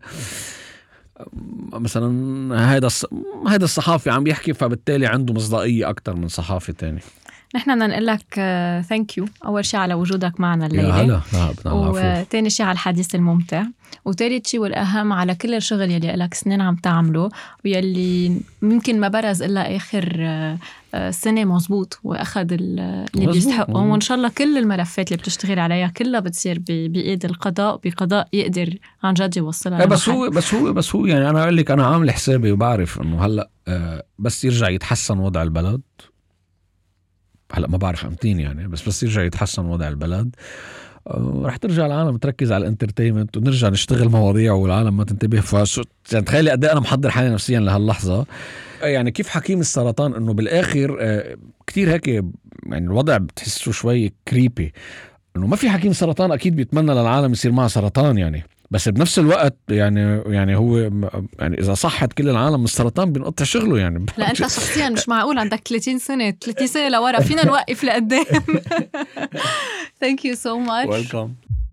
مثلا هذا الصحافي عم يحكي، فبالتالي عنده مصداقية أكتر من صحافي تاني. نحن بدنا نقول لك ثانك يو أول شيء على وجودك معنا الليلة، هلا. وتاني شيء على الحديث الممتع، وتالت شيء والأهم على كل الشغل يلي لك سنين عم تعمله، ويلي ممكن ما برز إلا آخر سنة مزبوط وأخذ اللي بيستحقه. وإن شاء الله كل الملفات اللي بتشتغل عليها كلها بتصير بإيد القضاء، بقضاء يقدر عن جد يوصلها. بس هو يعني أنا أقول لك أنا عامل حسابي وبعرف إنه هلا بس يرجع يتحسن وضع البلد. هلا ما بعرف أمتين يعني، بس يرجع يتحسن وضع البلد، رح ترجع العالم تركز على الانترتينمنت ونرجع نشتغل مواضيع والعالم ما تنتبه. يعني تخيلي قد ايه انا محضر حالي نفسيا لهاللحظه. يعني كيف حكيم السرطان انه بالاخر كتير هيك يعني الوضع بتحسه شوي كريبي، انه ما في حكيم سرطان اكيد بيتمنى للعالم يصير معه سرطان يعني، بس بنفس الوقت يعني هو يعني اذا صحت كل العالم من السرطان بنقطع شغله يعني. لا انت شخصيا مش معقول عندك 30 سنه لورا، فينا نوقف لقدام. Thank you so much. Welcome.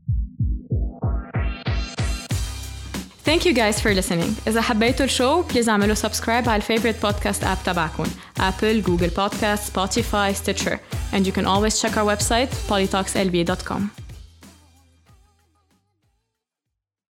Thank you guys for listening. إذا حبيتوا الشو بليز اعملوا subscribe على favorite podcast app تبعكم Apple, Google Podcasts, Spotify, Stitcher. And you can always check our website polytalkslb.com.